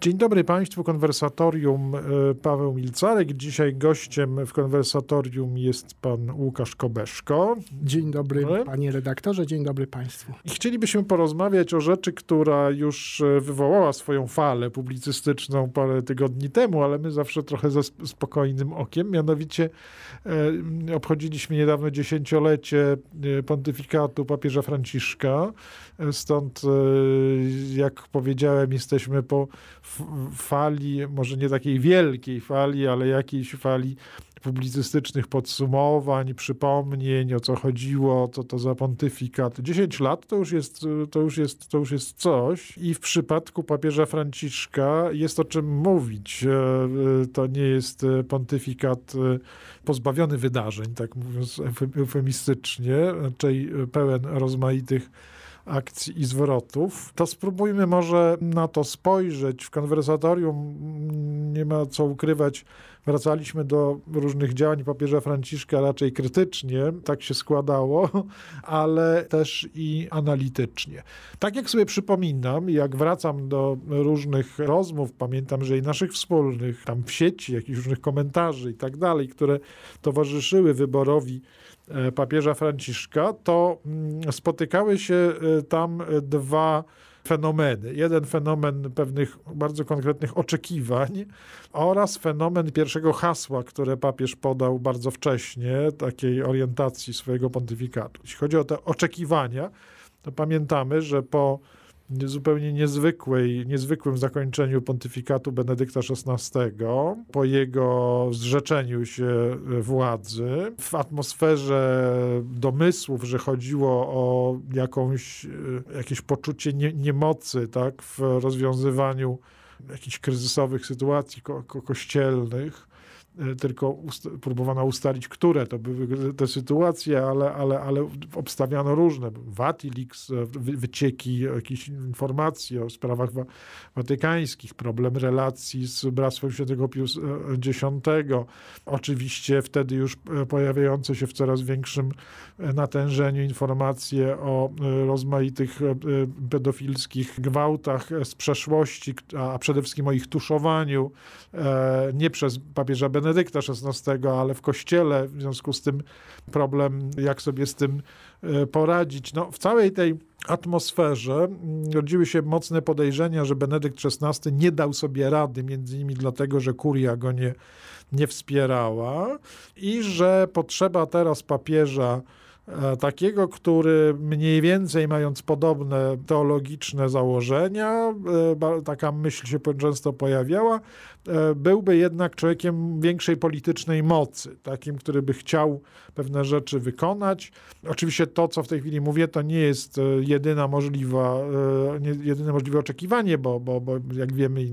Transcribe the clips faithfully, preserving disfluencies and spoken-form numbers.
Dzień dobry Państwu, konwersatorium Paweł Milcarek. Dzisiaj gościem w konwersatorium jest pan Łukasz Kobeszko. Dzień dobry panie redaktorze, dzień dobry Państwu. I chcielibyśmy porozmawiać o rzeczy, która już wywołała swoją falę publicystyczną parę tygodni temu, ale my zawsze trochę ze spokojnym okiem. Mianowicie e, obchodziliśmy niedawno dziesięciolecie pontyfikatu papieża Franciszka. Stąd, e, jak powiedziałem, jesteśmy po fali, może nie takiej wielkiej fali, ale jakiejś fali publicystycznych podsumowań, przypomnień, o co chodziło, co to za pontyfikat. dziesięć lat to już jest, to już jest, to już jest coś i w przypadku papieża Franciszka jest o czym mówić. To nie jest pontyfikat pozbawiony wydarzeń, tak mówiąc eufemistycznie, raczej pełen rozmaitych akcji i zwrotów. To spróbujmy może na to spojrzeć. W konwersatorium nie ma co ukrywać. Wracaliśmy do różnych działań papieża Franciszka raczej krytycznie, tak się składało, ale też i analitycznie. Tak jak sobie przypominam, jak wracam do różnych rozmów, pamiętam, że i naszych wspólnych, tam w sieci, jakichś różnych komentarzy i tak dalej, które towarzyszyły wyborowi papieża Franciszka, to spotykały się tam dwa fenomeny. Jeden fenomen pewnych bardzo konkretnych oczekiwań oraz fenomen pierwszego hasła, które papież podał bardzo wcześnie, takiej orientacji swojego pontyfikatu. Jeśli chodzi o te oczekiwania, to pamiętamy, że po zupełnie niezwykłej, niezwykłym zakończeniu pontyfikatu Benedykta szesnastego, po jego zrzeczeniu się władzy, w atmosferze domysłów, że chodziło o jakąś, jakieś poczucie nie, niemocy, tak, w rozwiązywaniu jakichś kryzysowych sytuacji ko- ko- kościelnych, tylko ust- próbowano ustalić, które to były te sytuacje, ale, ale, ale obstawiano różne. Vatilix, wy- wycieki jakichś informacji o sprawach wa- watykańskich, problem relacji z Bractwem Świętego Piusa X. Oczywiście wtedy już pojawiające się w coraz większym natężeniu informacje o rozmaitych pedofilskich gwałtach z przeszłości, a przede wszystkim o ich tuszowaniu, nie przez papieża Benedykta szesnastego, ale w Kościele, w związku z tym problem, jak sobie z tym poradzić. No, w całej tej atmosferze rodziły się mocne podejrzenia, że Benedykt szesnasty nie dał sobie rady, między innymi dlatego, że kuria go nie, nie wspierała i że potrzeba teraz papieża takiego, który mniej więcej, mając podobne teologiczne założenia, taka myśl się często pojawiała, byłby jednak człowiekiem większej politycznej mocy, takim, który by chciał pewne rzeczy wykonać. Oczywiście to, co w tej chwili mówię, to nie jest jedyna możliwa, jedyne możliwe oczekiwanie, bo, bo, bo jak wiemy,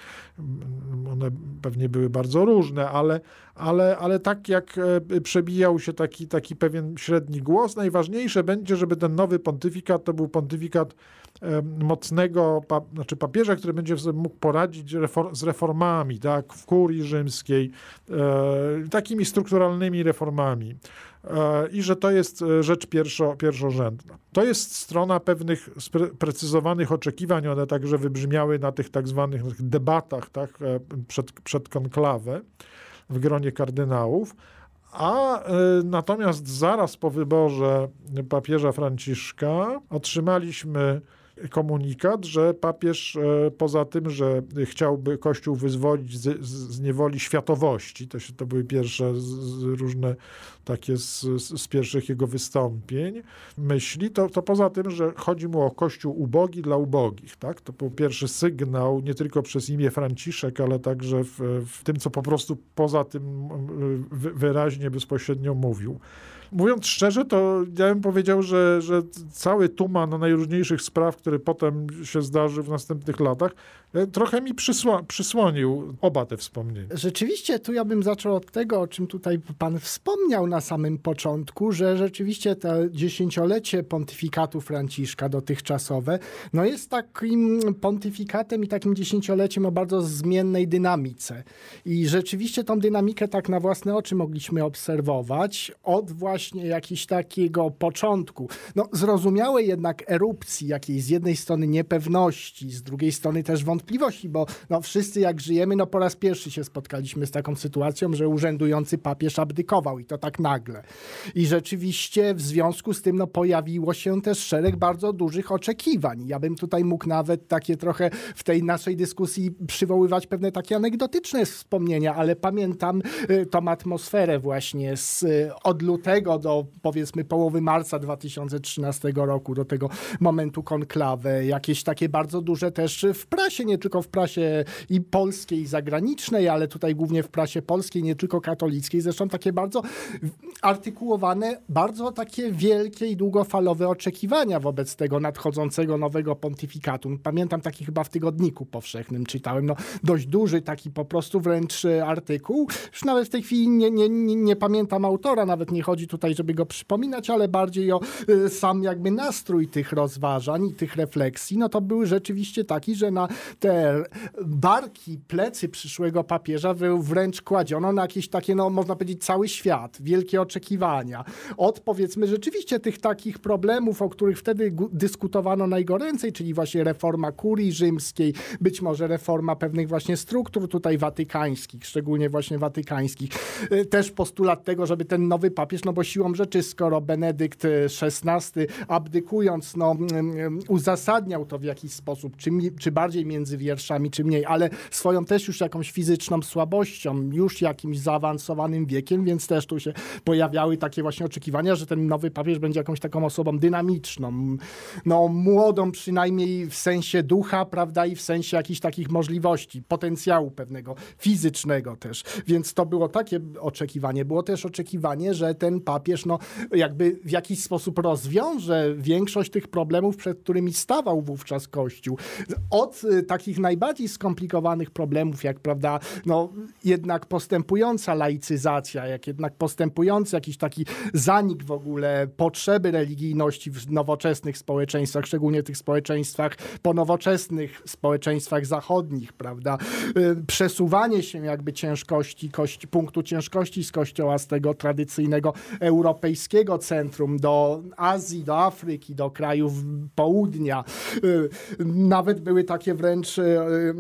one pewnie były bardzo różne, ale, ale, ale tak jak przebijał się taki, taki pewien średni głos, najważniejsze będzie, żeby ten nowy pontyfikat to był pontyfikat mocnego, pa, znaczy papieża, który będzie mógł poradzić refor- z reformami, tak, w kurii rzymskiej, e, takimi strukturalnymi reformami. E, I że to jest rzecz pierwszo, pierwszorzędna. To jest strona pewnych sprecyzowanych oczekiwań, one także wybrzmiały na tych tak zwanych debatach, tak, przed, przed konklawę w gronie kardynałów. A y, natomiast zaraz po wyborze papieża Franciszka otrzymaliśmy komunikat, że papież y, poza tym, że chciałby Kościół wyzwolić z, z, z niewoli światowości, to, się, to były pierwsze z, z różne takie z, z pierwszych jego wystąpień, myśli, to, to poza tym, że chodzi mu o Kościół ubogi dla ubogich. Tak? To był pierwszy sygnał, nie tylko przez imię Franciszek, ale także w, w tym, co po prostu poza tym wyraźnie, bezpośrednio mówił. Mówiąc szczerze, to ja bym powiedział, że, że cały tuman najróżniejszych spraw, który potem się zdarzy w następnych latach, trochę mi przysła- przysłonił oba te wspomnienia. Rzeczywiście, tu ja bym zaczął od tego, o czym tutaj pan wspomniał na samym początku, że rzeczywiście to dziesięciolecie pontyfikatu Franciszka dotychczasowe, no jest takim pontyfikatem i takim dziesięcioleciem o bardzo zmiennej dynamice. I rzeczywiście tą dynamikę tak na własne oczy mogliśmy obserwować od właśnie właśnie jakiś takiego początku, no zrozumiałej jednak erupcji, jakiejś z jednej strony niepewności, z drugiej strony też wątpliwości, bo no wszyscy jak żyjemy, no po raz pierwszy się spotkaliśmy z taką sytuacją, że urzędujący papież abdykował i to tak nagle. I rzeczywiście w związku z tym no pojawiło się też szereg bardzo dużych oczekiwań. Ja bym tutaj mógł nawet takie trochę w tej naszej dyskusji przywoływać pewne takie anegdotyczne wspomnienia, ale pamiętam y, tą atmosferę właśnie z, y, od lutego do powiedzmy połowy marca dwa tysiące trzynastego roku, do tego momentu konklawy, jakieś takie bardzo duże też w prasie, nie tylko w prasie i polskiej, i zagranicznej, ale tutaj głównie w prasie polskiej, nie tylko katolickiej, zresztą takie bardzo artykułowane, bardzo takie wielkie i długofalowe oczekiwania wobec tego nadchodzącego nowego pontyfikatu. Pamiętam taki chyba w Tygodniku Powszechnym czytałem, no dość duży taki po prostu wręcz artykuł. Już nawet w tej chwili nie, nie, nie, nie pamiętam autora, nawet nie chodzi tutaj, żeby go przypominać, ale bardziej o y, sam jakby nastrój tych rozważań i tych refleksji. No to był rzeczywiście taki, że na te barki, plecy przyszłego papieża wręcz kładziono na jakieś takie, no można powiedzieć, cały świat, wielkie oczekiwania. Od powiedzmy rzeczywiście tych takich problemów, o których wtedy dyskutowano najgoręcej, czyli właśnie reforma kurii rzymskiej, być może reforma pewnych właśnie struktur tutaj watykańskich, szczególnie właśnie watykańskich. Też postulat tego, żeby ten nowy papież, no bo siłą rzeczy, skoro Benedykt szesnasty abdykując, no uzasadniał to w jakiś sposób, czy, czy bardziej między wierszami, czy mniej, ale swoją też już jakąś fizyczną słabością, już jakimś zaawansowanym wiekiem, więc też tu się pojawiały takie właśnie oczekiwania, że ten nowy papież będzie jakąś taką osobą dynamiczną, no młodą przynajmniej w sensie ducha, prawda, i w sensie jakichś takich możliwości, potencjału pewnego, fizycznego też. Więc to było takie oczekiwanie. Było też oczekiwanie, że ten papież, no jakby w jakiś sposób rozwiąże większość tych problemów, przed którymi stawał wówczas Kościół. Od y, takich najbardziej skomplikowanych problemów, jak prawda, no jednak postępująca laicyzacja, jak jednak postępujący jakiś taki zanik w ogóle potrzeby religijności w nowoczesnych społeczeństwach, szczególnie tych społeczeństwach ponowoczesnych, społeczeństwach zachodnich, prawda? Y, przesuwanie się jakby ciężkości, kości, punktu ciężkości z Kościoła, z tego tradycyjnego europejskiego centrum do Azji, do Afryki, do krajów południa. Y, nawet były takie wręcz y,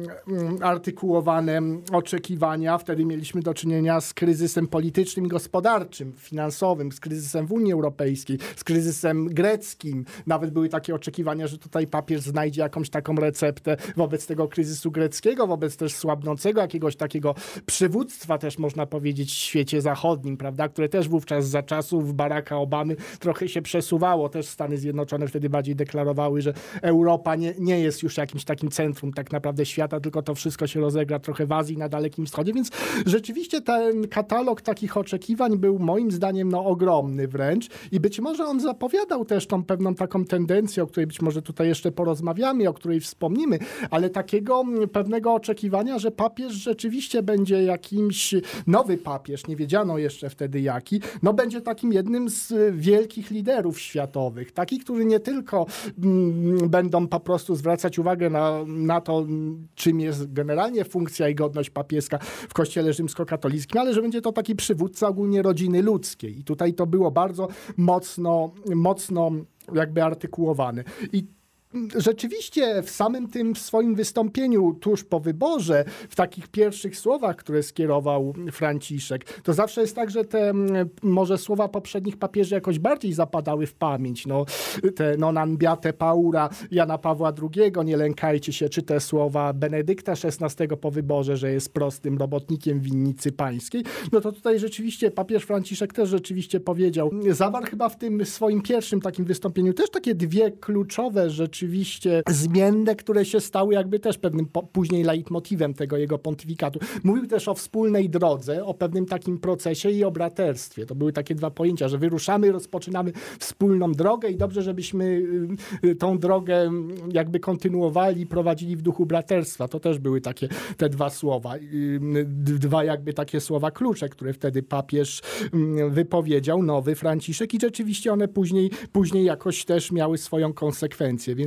y, artykułowane oczekiwania. Wtedy mieliśmy do czynienia z kryzysem politycznym i gospodarczym, finansowym, z kryzysem w Unii Europejskiej, z kryzysem greckim. Nawet były takie oczekiwania, że tutaj papież znajdzie jakąś taką receptę wobec tego kryzysu greckiego, wobec też słabnącego jakiegoś takiego przywództwa też można powiedzieć w świecie zachodnim, prawda, które też wówczas za czasów Baracka Obamy trochę się przesuwało. Też Stany Zjednoczone wtedy bardziej deklarowały, że Europa nie, nie jest już jakimś takim centrum tak naprawdę świata, tylko to wszystko się rozegra trochę w Azji, na Dalekim Wschodzie, więc rzeczywiście ten katalog takich oczekiwań był moim zdaniem no ogromny wręcz i być może on zapowiadał też tą pewną taką tendencję, o której być może tutaj jeszcze porozmawiamy, o której wspomnimy, ale takiego pewnego oczekiwania, że papież rzeczywiście będzie jakimś, nowy papież, nie wiedziano jeszcze wtedy jaki, no będzie takim jednym z wielkich liderów światowych, taki, którzy nie tylko mm, będą po prostu zwracać uwagę na, na to, czym jest generalnie funkcja i godność papieska w Kościele rzymskokatolickim, ale że będzie to taki przywódca ogólnie rodziny ludzkiej. I tutaj to było bardzo mocno, mocno jakby artykułowane. I rzeczywiście w samym tym swoim wystąpieniu tuż po wyborze, w takich pierwszych słowach, które skierował Franciszek, to zawsze jest tak, że te może słowa poprzednich papieży jakoś bardziej zapadały w pamięć. No, te non ambiate paura Jana Pawła drugiego, nie lękajcie się, czy te słowa Benedykta szesnastego po wyborze, że jest prostym robotnikiem winnicy pańskiej. No to tutaj rzeczywiście papież Franciszek też rzeczywiście powiedział, zawarł chyba w tym swoim pierwszym takim wystąpieniu też takie dwie kluczowe rzeczy, Oczywiście zmienne, które się stały jakby też pewnym po, później leitmotivem tego jego pontyfikatu. Mówił też o wspólnej drodze, o pewnym takim procesie i o braterstwie. To były takie dwa pojęcia, że wyruszamy, rozpoczynamy wspólną drogę i dobrze, żebyśmy y, tą drogę jakby kontynuowali, prowadzili w duchu braterstwa. To też były takie te dwa słowa. Y, dwa jakby takie słowa klucze, które wtedy papież y, wypowiedział, nowy Franciszek i rzeczywiście one później, później jakoś też miały swoją konsekwencję. Więc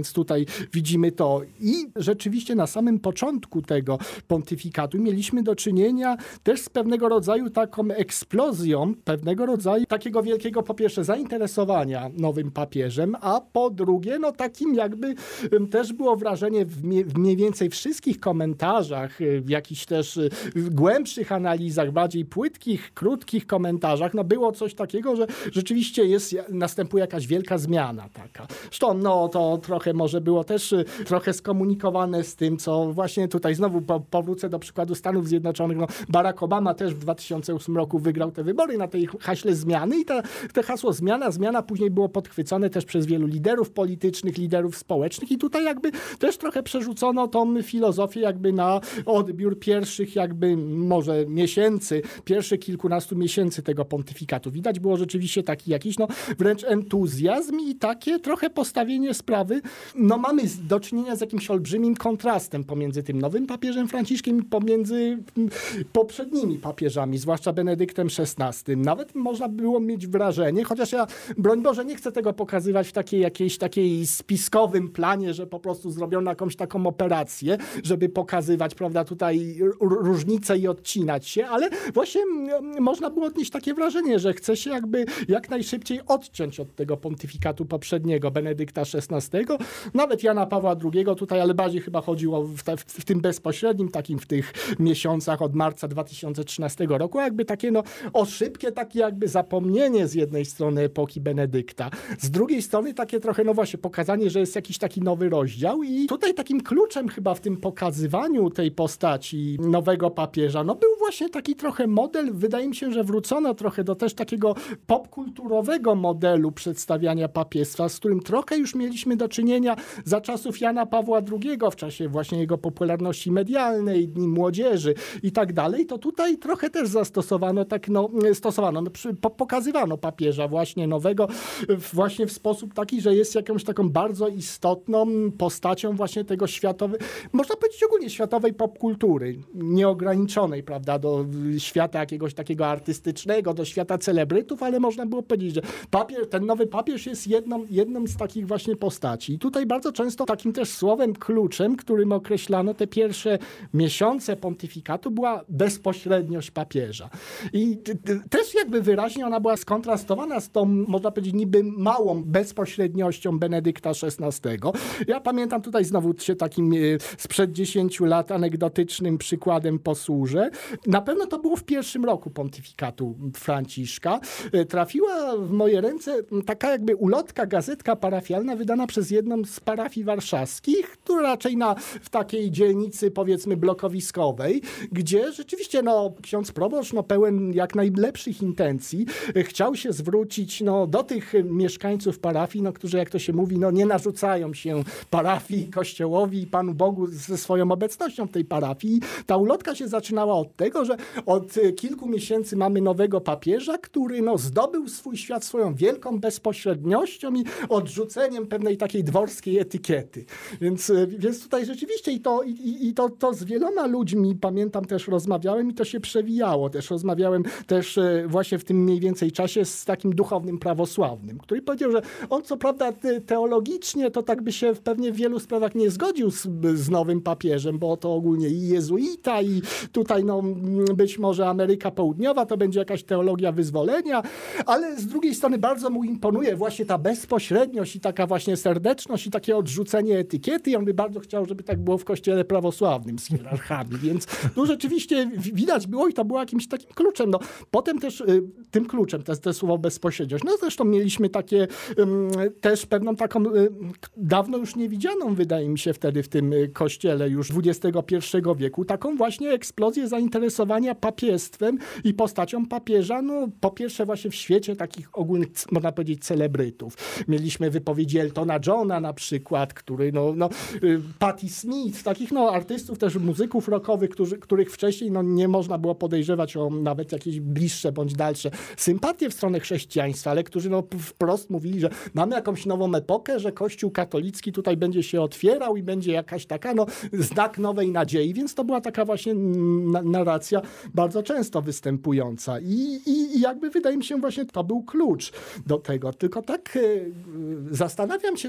więc tutaj widzimy to. I rzeczywiście na samym początku tego pontyfikatu mieliśmy do czynienia też z pewnego rodzaju taką eksplozją, pewnego rodzaju takiego wielkiego, po pierwsze, zainteresowania nowym papieżem, a po drugie, no takim jakby też było wrażenie w, mie- w mniej więcej wszystkich komentarzach, w jakichś też głębszych analizach, bardziej płytkich, krótkich komentarzach, no było coś takiego, że rzeczywiście jest, następuje jakaś wielka zmiana taka. Zresztą no to trochę może było też trochę skomunikowane z tym, co właśnie tutaj znowu po, powrócę do przykładu Stanów Zjednoczonych. No, Barack Obama też w dwa tysiące ósmym roku wygrał te wybory na tej haśle zmiany i te, te hasło zmiana, zmiana później było podchwycone też przez wielu liderów politycznych, liderów społecznych i tutaj jakby też trochę przerzucono tą filozofię jakby na odbiór pierwszych jakby może miesięcy, pierwszych kilkunastu miesięcy tego pontyfikatu. Widać było rzeczywiście taki jakiś no wręcz entuzjazm i takie trochę postawienie sprawy. No mamy do czynienia z jakimś olbrzymim kontrastem pomiędzy tym nowym papieżem Franciszkiem i pomiędzy poprzednimi papieżami, zwłaszcza Benedyktem szesnastym. Nawet można było mieć wrażenie, chociaż ja, broń Boże, nie chcę tego pokazywać w takiej jakiejś takiej spiskowym planie, że po prostu zrobiono jakąś taką operację, żeby pokazywać, prawda, tutaj różnice i odcinać się, ale właśnie można było odnieść takie wrażenie, że chce się jakby jak najszybciej odciąć od tego pontyfikatu poprzedniego, Benedykta szesnastego, nawet Jana Pawła drugiego tutaj, ale bardziej chyba chodziło w, te, w tym bezpośrednim, takim w tych miesiącach od marca dwa tysiące trzynastego roku, jakby takie no o szybkie takie jakby zapomnienie z jednej strony epoki Benedykta, z drugiej strony takie trochę no właśnie pokazanie, że jest jakiś taki nowy rozdział i tutaj takim kluczem chyba w tym pokazywaniu tej postaci nowego papieża, no był właśnie taki trochę model, wydaje mi się, że wrócono trochę do też takiego popkulturowego modelu przedstawiania papiestwa, z którym trochę już mieliśmy do czynienia za czasów Jana Pawła drugiego, w czasie właśnie jego popularności medialnej, Dni Młodzieży i tak dalej, to tutaj trochę też zastosowano, tak no, stosowano, no, przy, po, pokazywano papieża właśnie nowego właśnie w sposób taki, że jest jakąś taką bardzo istotną postacią właśnie tego światowej, można powiedzieć ogólnie światowej popkultury, nieograniczonej, prawda, do świata jakiegoś takiego artystycznego, do świata celebrytów, ale można było powiedzieć, że papier, ten nowy papież jest jedną, jedną z takich właśnie postaci. I tutaj bardzo często takim też słowem kluczem, którym określano te pierwsze miesiące pontyfikatu, była bezpośredniość papieża. I też jakby wyraźnie ona była skontrastowana z tą, można powiedzieć, niby małą bezpośredniością Benedykta szesnastego. Ja pamiętam tutaj znowu się takim sprzed dziesięciu lat anegdotycznym przykładem posłużę. Na pewno to było w pierwszym roku pontyfikatu Franciszka. Trafiła w moje ręce taka jakby ulotka, gazetka parafialna wydana przez jedną z parafii warszawskich, która raczej na, w takiej dzielnicy powiedzmy blokowiskowej, gdzie rzeczywiście no, ksiądz proboszcz no, pełen jak najlepszych intencji chciał się zwrócić no, do tych mieszkańców parafii, no, którzy jak to się mówi, no, nie narzucają się parafii, kościołowi i Panu Bogu ze swoją obecnością w tej parafii. Ta ulotka się zaczynała od tego, że od kilku miesięcy mamy nowego papieża, który no, zdobył swój świat swoją wielką bezpośredniością i odrzuceniem pewnej takiej dworskiej etykiety. Więc, więc tutaj rzeczywiście i to, i, i to, to z wieloma ludźmi, pamiętam, też rozmawiałem i to się przewijało. Też rozmawiałem też właśnie w tym mniej więcej czasie z takim duchownym prawosławnym, który powiedział, że on co prawda teologicznie to tak by się pewnie w wielu sprawach nie zgodził z, z nowym papieżem, bo to ogólnie i jezuita i tutaj no być może Ameryka Południowa to będzie jakaś teologia wyzwolenia, ale z drugiej strony bardzo mu imponuje właśnie ta bezpośredniość i taka właśnie serdeczność i takie odrzucenie etykiety i on by bardzo chciał, żeby tak było w kościele prawosławnym z hierarchami, więc no rzeczywiście widać było i to było jakimś takim kluczem. No, potem też y, tym kluczem, to jest to słowo bezpośredniość. No zresztą mieliśmy takie y, też pewną taką y, dawno już niewidzianą, wydaje mi się wtedy w tym kościele już dwudziestego pierwszego wieku, taką właśnie eksplozję zainteresowania papiestwem i postacią papieża, no po pierwsze właśnie w świecie takich ogólnych, można powiedzieć, celebrytów. Mieliśmy wypowiedzi Eltona Johna na przykład, który no, no Patti Smith, takich no artystów, też muzyków rockowych, którzy, których wcześniej no, nie można było podejrzewać o nawet jakieś bliższe bądź dalsze sympatie w stronę chrześcijaństwa, ale którzy no wprost mówili, że mamy jakąś nową epokę, że Kościół katolicki tutaj będzie się otwierał i będzie jakaś taka no znak nowej nadziei, więc to była taka właśnie narracja bardzo często występująca i, i, i jakby wydaje mi się właśnie to był klucz do tego. Tylko tak e, zastanawiam się teraz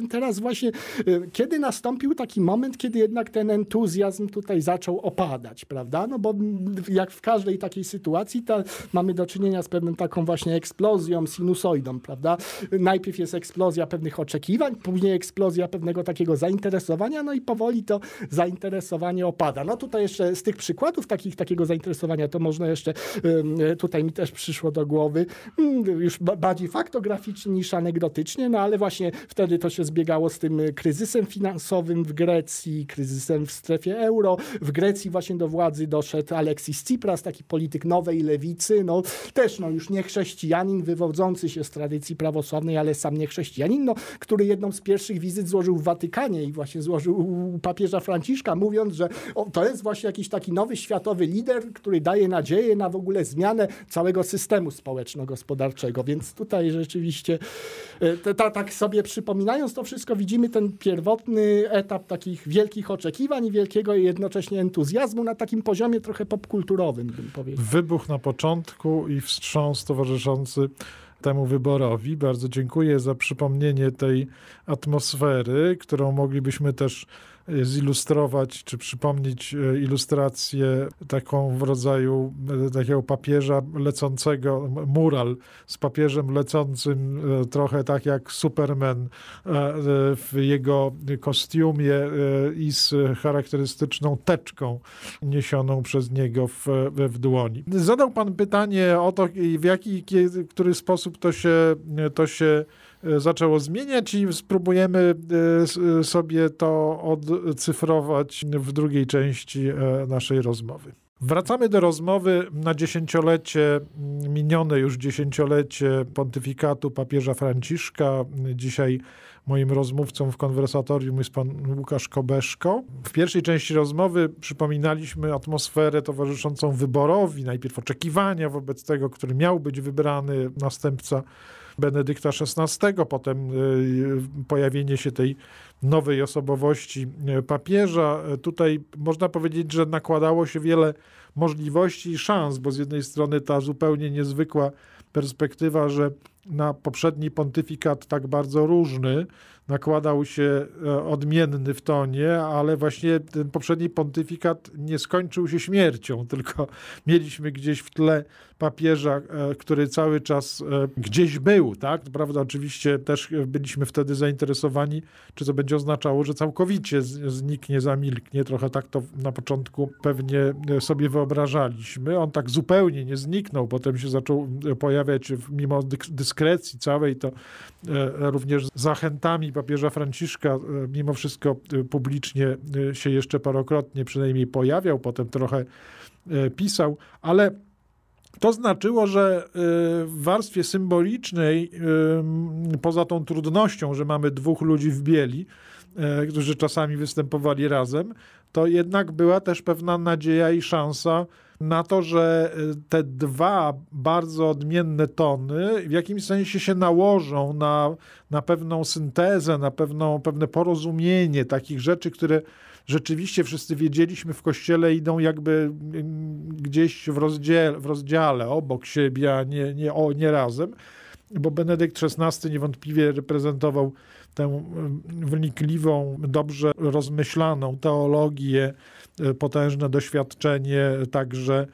właśnie, kiedy nastąpił taki moment, kiedy jednak ten entuzjazm tutaj zaczął opadać, prawda? No bo jak w każdej takiej sytuacji ta, mamy do czynienia z pewną taką właśnie eksplozją, sinusoidą, prawda? Najpierw jest eksplozja pewnych oczekiwań, później eksplozja pewnego takiego zainteresowania, no i powoli to zainteresowanie opada. No tutaj jeszcze z tych przykładów takich, takiego zainteresowania to można jeszcze, tutaj mi też przyszło do głowy, już bardziej faktograficznie niż anegdotycznie, no ale właśnie wtedy to się zbiegało z tym kryzysem finansowym w Grecji, kryzysem w strefie euro. W Grecji właśnie do władzy doszedł Aleksis Tsipras, taki polityk nowej lewicy, no też no już nie chrześcijanin, wywodzący się z tradycji prawosławnej, ale sam nie chrześcijanin, no, który jedną z pierwszych wizyt złożył w Watykanie i właśnie złożył u papieża Franciszka, mówiąc, że o, to jest właśnie jakiś taki nowy światowy lider, który daje nadzieję na w ogóle zmianę całego systemu społeczno-gospodarczego. Więc tutaj rzeczywiście ta, tak sobie przypominając to wszystko, widzimy ten pierwotny etap takich wielkich oczekiwań i wielkiego jednocześnie entuzjazmu na takim poziomie trochę popkulturowym, bym powiedział. Wybuch na początku i wstrząs towarzyszący temu wyborowi. Bardzo dziękuję za przypomnienie tej atmosfery, którą moglibyśmy też zilustrować, czy przypomnieć ilustrację taką w rodzaju takiego papieża lecącego, mural z papieżem lecącym, trochę tak jak Superman w jego kostiumie i z charakterystyczną teczką niesioną przez niego w, w dłoni. Zadał pan pytanie o to, w jaki, w który sposób to się, to się zaczęło zmieniać i spróbujemy sobie to odcyfrować w drugiej części naszej rozmowy. Wracamy do rozmowy na dziesięciolecie, minione już dziesięciolecie pontyfikatu papieża Franciszka. Dzisiaj moim rozmówcą w konwersatorium jest pan Łukasz Kobeszko. W pierwszej części rozmowy przypominaliśmy atmosferę towarzyszącą wyborowi, najpierw oczekiwania wobec tego, który miał być wybrany następca Benedykta szesnastego, potem pojawienie się tej nowej osobowości papieża. Tutaj można powiedzieć, że nakładało się wiele możliwości i szans, bo z jednej strony ta zupełnie niezwykła perspektywa, że na poprzedni pontyfikat tak bardzo różny nakładał się odmienny w tonie, ale właśnie ten poprzedni pontyfikat nie skończył się śmiercią, tylko mieliśmy gdzieś w tle papieża, który cały czas gdzieś był, tak? Prawda, oczywiście też byliśmy wtedy zainteresowani, czy to będzie oznaczało, że całkowicie zniknie, zamilknie. Trochę tak to na początku pewnie sobie wyobrażaliśmy. On tak zupełnie nie zniknął, potem się zaczął pojawiać mimo dyskrecji całej, to również zachętami papieża Franciszka mimo wszystko publicznie się jeszcze parokrotnie przynajmniej pojawiał, potem trochę pisał, ale to znaczyło, że w warstwie symbolicznej, poza tą trudnością, że mamy dwóch ludzi w bieli, którzy czasami występowali razem, to jednak była też pewna nadzieja i szansa na to, że te dwa bardzo odmienne tony w jakimś sensie się nałożą na, na pewną syntezę, na pewną, pewne porozumienie takich rzeczy, które rzeczywiście wszyscy wiedzieliśmy w Kościele idą jakby gdzieś w rozdziale, w rozdziale obok siebie, a nie, nie, o, nie razem, bo Benedykt szesnasty niewątpliwie reprezentował tę wnikliwą, dobrze rozmyślaną teologię, potężne doświadczenie także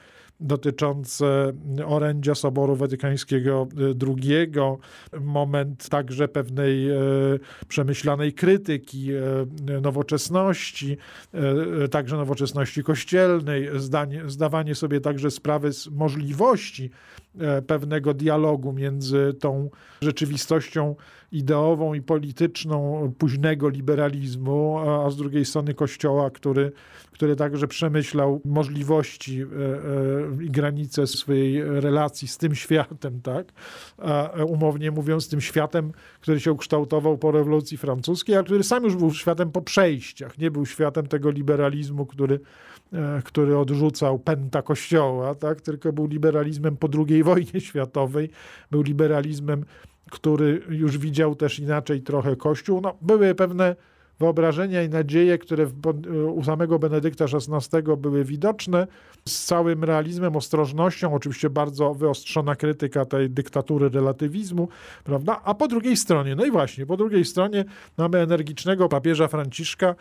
dotyczące orędzia Soboru Watykańskiego drugiego, moment także pewnej e, przemyślanej krytyki e, nowoczesności, e, także nowoczesności kościelnej, zdanie, zdawanie sobie także sprawy z możliwości e, pewnego dialogu między tą rzeczywistością ideową i polityczną późnego liberalizmu, a, a z drugiej strony Kościoła, który, który także przemyślał możliwości e, e, i granice swojej relacji z tym światem, tak? A umownie mówiąc, z tym światem, który się ukształtował po rewolucji francuskiej, a który sam już był światem po przejściach. Nie był światem tego liberalizmu, który, który odrzucał pęta Kościoła, tak? Tylko był liberalizmem po drugiej wojnie światowej. Był liberalizmem, który już widział też inaczej trochę Kościół. No, były pewne wyobrażenia i nadzieje, które w, u samego Benedykta szesnastego były widoczne, z całym realizmem, ostrożnością, oczywiście bardzo wyostrzona krytyka tej dyktatury relatywizmu, prawda? A po drugiej stronie, no i właśnie, po drugiej stronie mamy energicznego papieża Franciszka,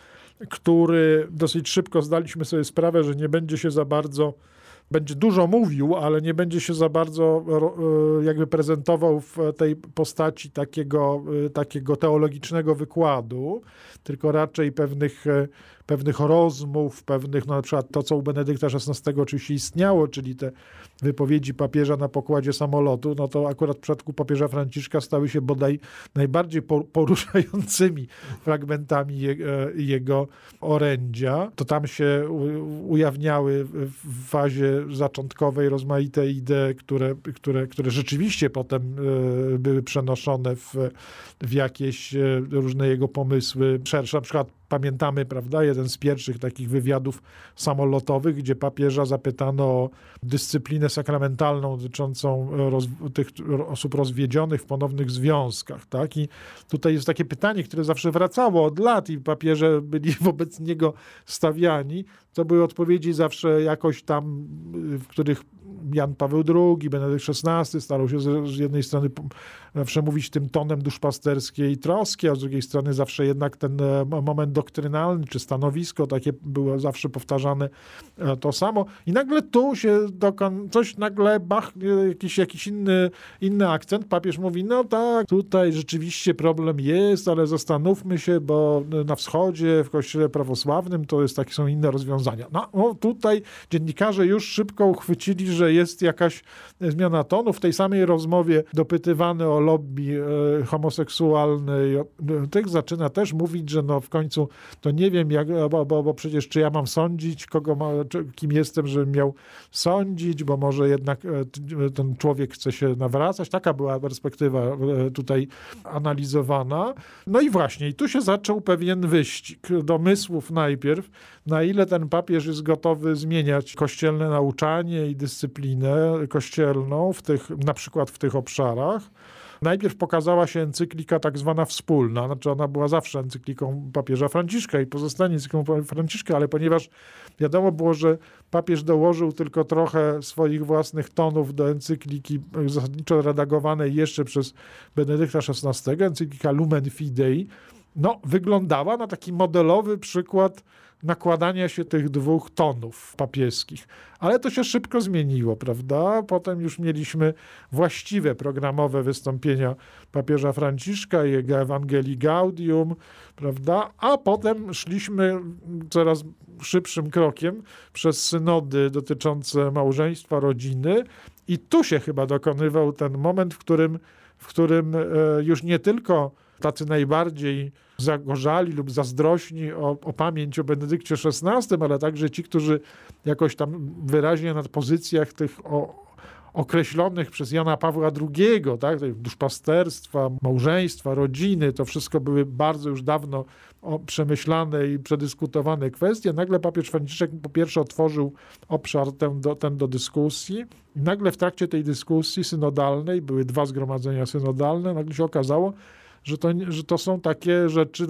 który dosyć szybko zdaliśmy sobie sprawę, że nie będzie się za bardzo będzie dużo mówił, ale nie będzie się za bardzo jakby prezentował w tej postaci takiego, takiego teologicznego wykładu, tylko raczej pewnych, pewnych rozmów, pewnych, no na przykład to, co u Benedykta szesnastego oczywiście istniało, czyli te wypowiedzi papieża na pokładzie samolotu, no to akurat w przypadku papieża Franciszka stały się bodaj najbardziej poruszającymi fragmentami je, jego orędzia. To tam się ujawniały w fazie zaczątkowej rozmaite idee, które, które, które rzeczywiście potem były przenoszone w, w jakieś różne jego pomysły szersze. Na przykład pamiętamy, prawda, jeden z pierwszych takich wywiadów samolotowych, gdzie papieża zapytano o dyscyplinę sakramentalną dotyczącą roz, tych osób rozwiedzionych w ponownych związkach, tak? I tutaj jest takie pytanie, które zawsze wracało od lat i papieże byli wobec niego stawiani. To były odpowiedzi zawsze jakoś tam, w których Jan Paweł drugi, Benedykt szesnasty starał się z, z jednej strony zawsze mówić tym tonem duszpasterskiej troski, a z drugiej strony zawsze jednak ten moment doktrynalny, czy stanowisko takie było zawsze powtarzane to samo. I nagle tu się dokon, coś nagle bach, jakiś, jakiś inny, inny akcent. Papież mówi, no tak, tutaj rzeczywiście problem jest, ale zastanówmy się, bo na wschodzie, w kościele prawosławnym to jest takie są inne rozwiązania. No, no tutaj dziennikarze już szybko uchwycili, że jest jakaś zmiana tonu. W tej samej rozmowie dopytywany o lobby e, homoseksualnej tych zaczyna też mówić, że no w końcu to nie wiem, jak, bo, bo, bo przecież czy ja mam sądzić, kogo ma, czy, kim jestem, żebym miał sądzić, bo może jednak e, ten człowiek chce się nawracać. Taka była perspektywa e, tutaj analizowana. No i właśnie, i tu się zaczął pewien wyścig domysłów najpierw, na ile ten papież jest gotowy zmieniać kościelne nauczanie i dyscyplinę kościelną w tych, na przykład w tych obszarach. Najpierw pokazała się encyklika tak zwana wspólna, znaczy ona była zawsze encykliką papieża Franciszka i pozostanie encykliką Franciszka, ale ponieważ wiadomo było, że papież dołożył tylko trochę swoich własnych tonów do encykliki zasadniczo redagowanej jeszcze przez Benedykta szesnastego, encyklika Lumen Fidei, no wyglądała na taki modelowy przykład nakładania się tych dwóch tonów papieskich. Ale to się szybko zmieniło, prawda? Potem już mieliśmy właściwe programowe wystąpienia papieża Franciszka i jego Ewangelii Gaudium, prawda? A potem szliśmy coraz szybszym krokiem przez synody dotyczące małżeństwa, rodziny i tu się chyba dokonywał ten moment, w którym, w którym już nie tylko tacy najbardziej zagorzali lub zazdrośni o, o pamięć o Benedykcie szesnastym, ale także ci, którzy jakoś tam wyraźnie na pozycjach tych o, określonych przez Jana Pawła drugiego, tak, duszpasterstwa, małżeństwa, rodziny, to wszystko były bardzo już dawno o, przemyślane i przedyskutowane kwestie. Nagle papież Franciszek po pierwsze otworzył obszar ten do, ten do dyskusji i nagle w trakcie tej dyskusji synodalnej, były dwa zgromadzenia synodalne, nagle się okazało, Że to, że to są takie rzeczy,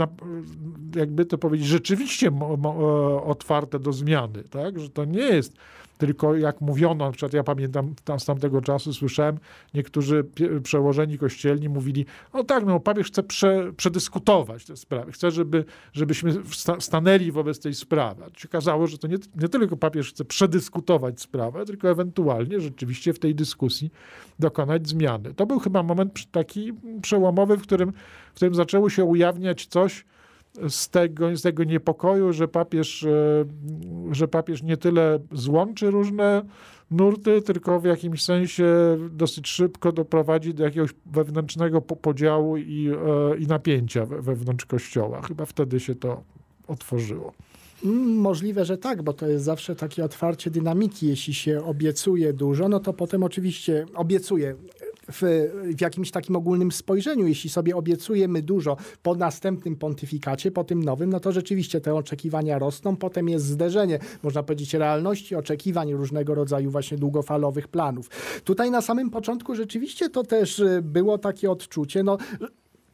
jakby to powiedzieć, rzeczywiście mo, mo, otwarte do zmiany, tak? Że to nie jest tylko jak mówiono, na przykład ja pamiętam tam, z tamtego czasu słyszałem, niektórzy przełożeni kościelni mówili, no tak, no papież chce prze, przedyskutować te sprawy, chce, żeby, żebyśmy stanęli wobec tej sprawy. Się okazało, że to nie, nie tylko papież chce przedyskutować sprawę, tylko ewentualnie rzeczywiście w tej dyskusji dokonać zmiany. To był chyba moment taki przełomowy, w którym, w którym zaczęło się ujawniać coś z tego, z tego niepokoju, że papież, że papież nie tyle złączy różne nurty, tylko w jakimś sensie dosyć szybko doprowadzi do jakiegoś wewnętrznego podziału i, i napięcia wewnątrz Kościoła. Chyba wtedy się to otworzyło. Możliwe, że tak, bo to jest zawsze takie otwarcie dynamiki. Jeśli się obiecuje dużo, no to potem oczywiście obiecuje w, w jakimś takim ogólnym spojrzeniu. Jeśli sobie obiecujemy dużo po następnym pontyfikacie, po tym nowym, no to rzeczywiście te oczekiwania rosną. Potem jest zderzenie, można powiedzieć, realności, oczekiwań, różnego rodzaju właśnie długofalowych planów. Tutaj na samym początku rzeczywiście to też było takie odczucie, no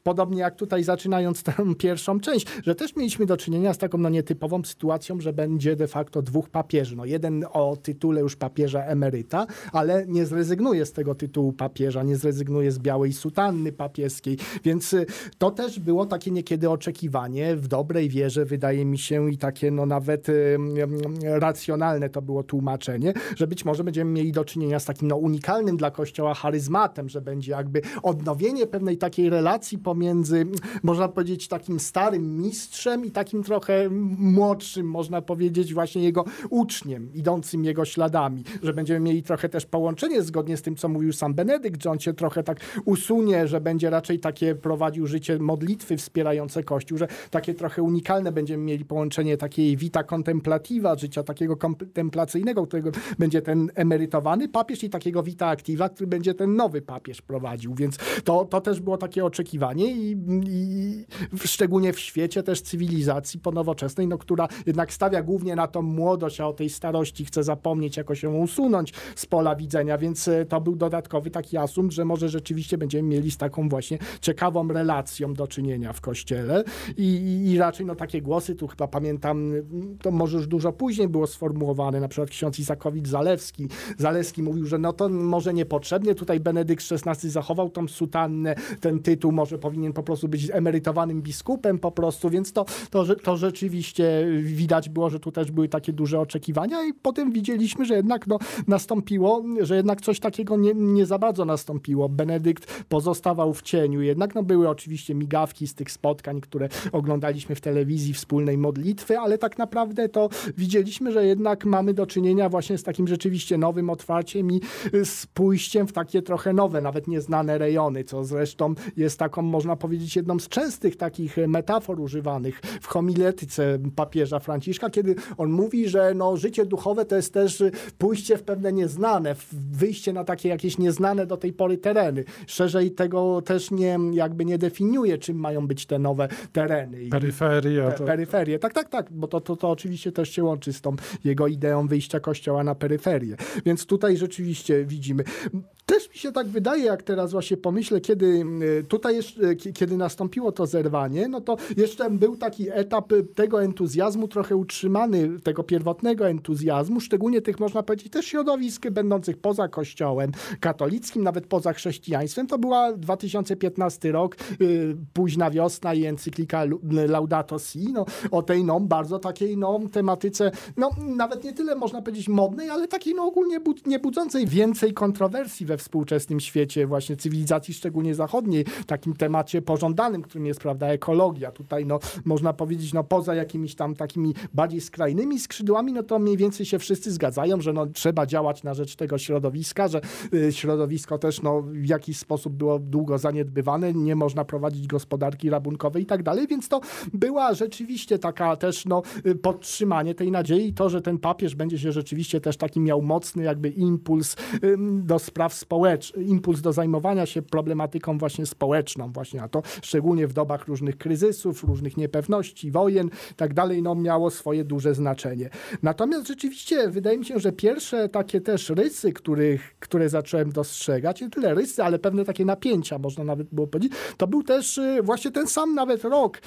podobnie jak tutaj zaczynając tę pierwszą część, że też mieliśmy do czynienia z taką no, nietypową sytuacją, że będzie de facto dwóch papieży. No, jeden o tytule już papieża emeryta, ale nie zrezygnuje z tego tytułu papieża, nie zrezygnuje z białej sutanny papieskiej, więc to też było takie niekiedy oczekiwanie w dobrej wierze, wydaje mi się, i takie no nawet y, racjonalne to było tłumaczenie, że być może będziemy mieli do czynienia z takim no, unikalnym dla Kościoła charyzmatem, że będzie jakby odnowienie pewnej takiej relacji pomiędzy, można powiedzieć, takim starym mistrzem i takim trochę młodszym, można powiedzieć, właśnie jego uczniem, idącym jego śladami, że będziemy mieli trochę też połączenie zgodnie z tym, co mówił sam Benedykt, że on się trochę tak usunie, że będzie raczej takie prowadził życie modlitwy wspierające Kościół, że takie trochę unikalne będziemy mieli połączenie takiej vita contemplativa, życia takiego kontemplacyjnego, którego będzie ten emerytowany papież, i takiego vita activa, który będzie ten nowy papież prowadził, więc to, to też było takie oczekiwanie i, i szczególnie w świecie też cywilizacji ponowoczesnej, no, która jednak stawia głównie na tą młodość, a o tej starości chce zapomnieć, jakoś ją usunąć z pola widzenia, więc to był dodatkowy taki asumpt, że może rzeczywiście będziemy mieli z taką właśnie ciekawą relacją do czynienia w Kościele i, i, i raczej no takie głosy, tu chyba pamiętam, to może już dużo później było sformułowane, na przykład ksiądz Isakowicz-Zalewski. Zalewski mówił, że no to może niepotrzebnie tutaj Benedykt szesnasty zachował tą sutannę, ten tytuł może powinien po prostu być emerytowanym biskupem po prostu, więc to, to, to rzeczywiście widać było, że tu też były takie duże oczekiwania i potem widzieliśmy, że jednak no, nastąpiło, że jednak coś takiego nie, nie za bardzo nastąpiło. Benedykt pozostawał w cieniu, jednak no, były oczywiście migawki z tych spotkań, które oglądaliśmy w telewizji, wspólnej modlitwy, ale tak naprawdę to widzieliśmy, że jednak mamy do czynienia właśnie z takim rzeczywiście nowym otwarciem i z pójściem w takie trochę nowe, nawet nieznane rejony, co zresztą jest taką, można powiedzieć, jedną z częstych takich metafor używanych w homiletyce papieża Franciszka, kiedy on mówi, że no, życie duchowe to jest też pójście w pewne nieznane, wyjście na takie jakieś nieznane do tej pory tereny. Szerzej tego też nie, jakby nie definiuje, czym mają być te nowe tereny. Peryferia. To... Peryferie. Tak, tak, tak, bo to, to, to oczywiście też się łączy z tą jego ideą wyjścia Kościoła na peryferię. Więc tutaj rzeczywiście widzimy. Też mi się tak wydaje, jak teraz właśnie pomyślę, kiedy tutaj jeszcze, kiedy nastąpiło to zerwanie, no to jeszcze był taki etap tego entuzjazmu trochę utrzymany, tego pierwotnego entuzjazmu, szczególnie tych, można powiedzieć, też środowisk będących poza Kościołem katolickim, nawet poza chrześcijaństwem. To była dwa tysiące piętnasty rok, późna wiosna i encyklika Laudato Si, no, o tej no, bardzo takiej no, tematyce, no nawet nie tyle można powiedzieć modnej, ale takiej no, ogólnie nie budzącej więcej kontrowersji we współczesnym świecie właśnie cywilizacji, szczególnie zachodniej, takim temacie pożądanym, którym jest, prawda, ekologia. Tutaj no, można powiedzieć, no poza jakimiś tam takimi bardziej skrajnymi skrzydłami, no to mniej więcej się wszyscy zgadzają, że no, trzeba działać na rzecz tego środowiska, że y, środowisko też no, w jakiś sposób było długo zaniedbywane, nie można prowadzić gospodarki rabunkowej i tak dalej, więc to była rzeczywiście taka też no, podtrzymanie tej nadziei, to, że ten papież będzie się rzeczywiście też taki miał mocny jakby impuls y, do spraw społecznych, impuls do zajmowania się problematyką właśnie społeczną, właśnie, a to szczególnie w dobach różnych kryzysów, różnych niepewności, wojen i tak dalej, no miało swoje duże znaczenie. Natomiast rzeczywiście wydaje mi się, że pierwsze takie też rysy, których, które zacząłem dostrzegać, nie tyle rysy, ale pewne takie napięcia, można nawet było powiedzieć, to był też właśnie ten sam nawet rok,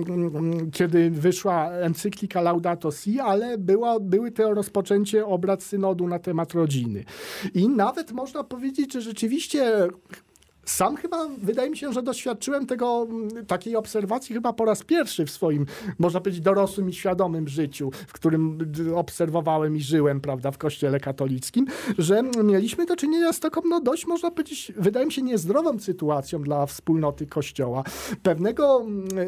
kiedy wyszła encyklika Laudato Si, ale była, były to rozpoczęcie obrad synodu na temat rodziny. I nawet można powiedzieć, że rzeczywiście sam chyba, wydaje mi się, że doświadczyłem tego, takiej obserwacji chyba po raz pierwszy w swoim, można powiedzieć, dorosłym i świadomym życiu, w którym obserwowałem i żyłem, prawda, w Kościele katolickim, że mieliśmy do czynienia z taką, no dość, można powiedzieć, wydaje mi się, niezdrową sytuacją dla wspólnoty Kościoła. Pewnego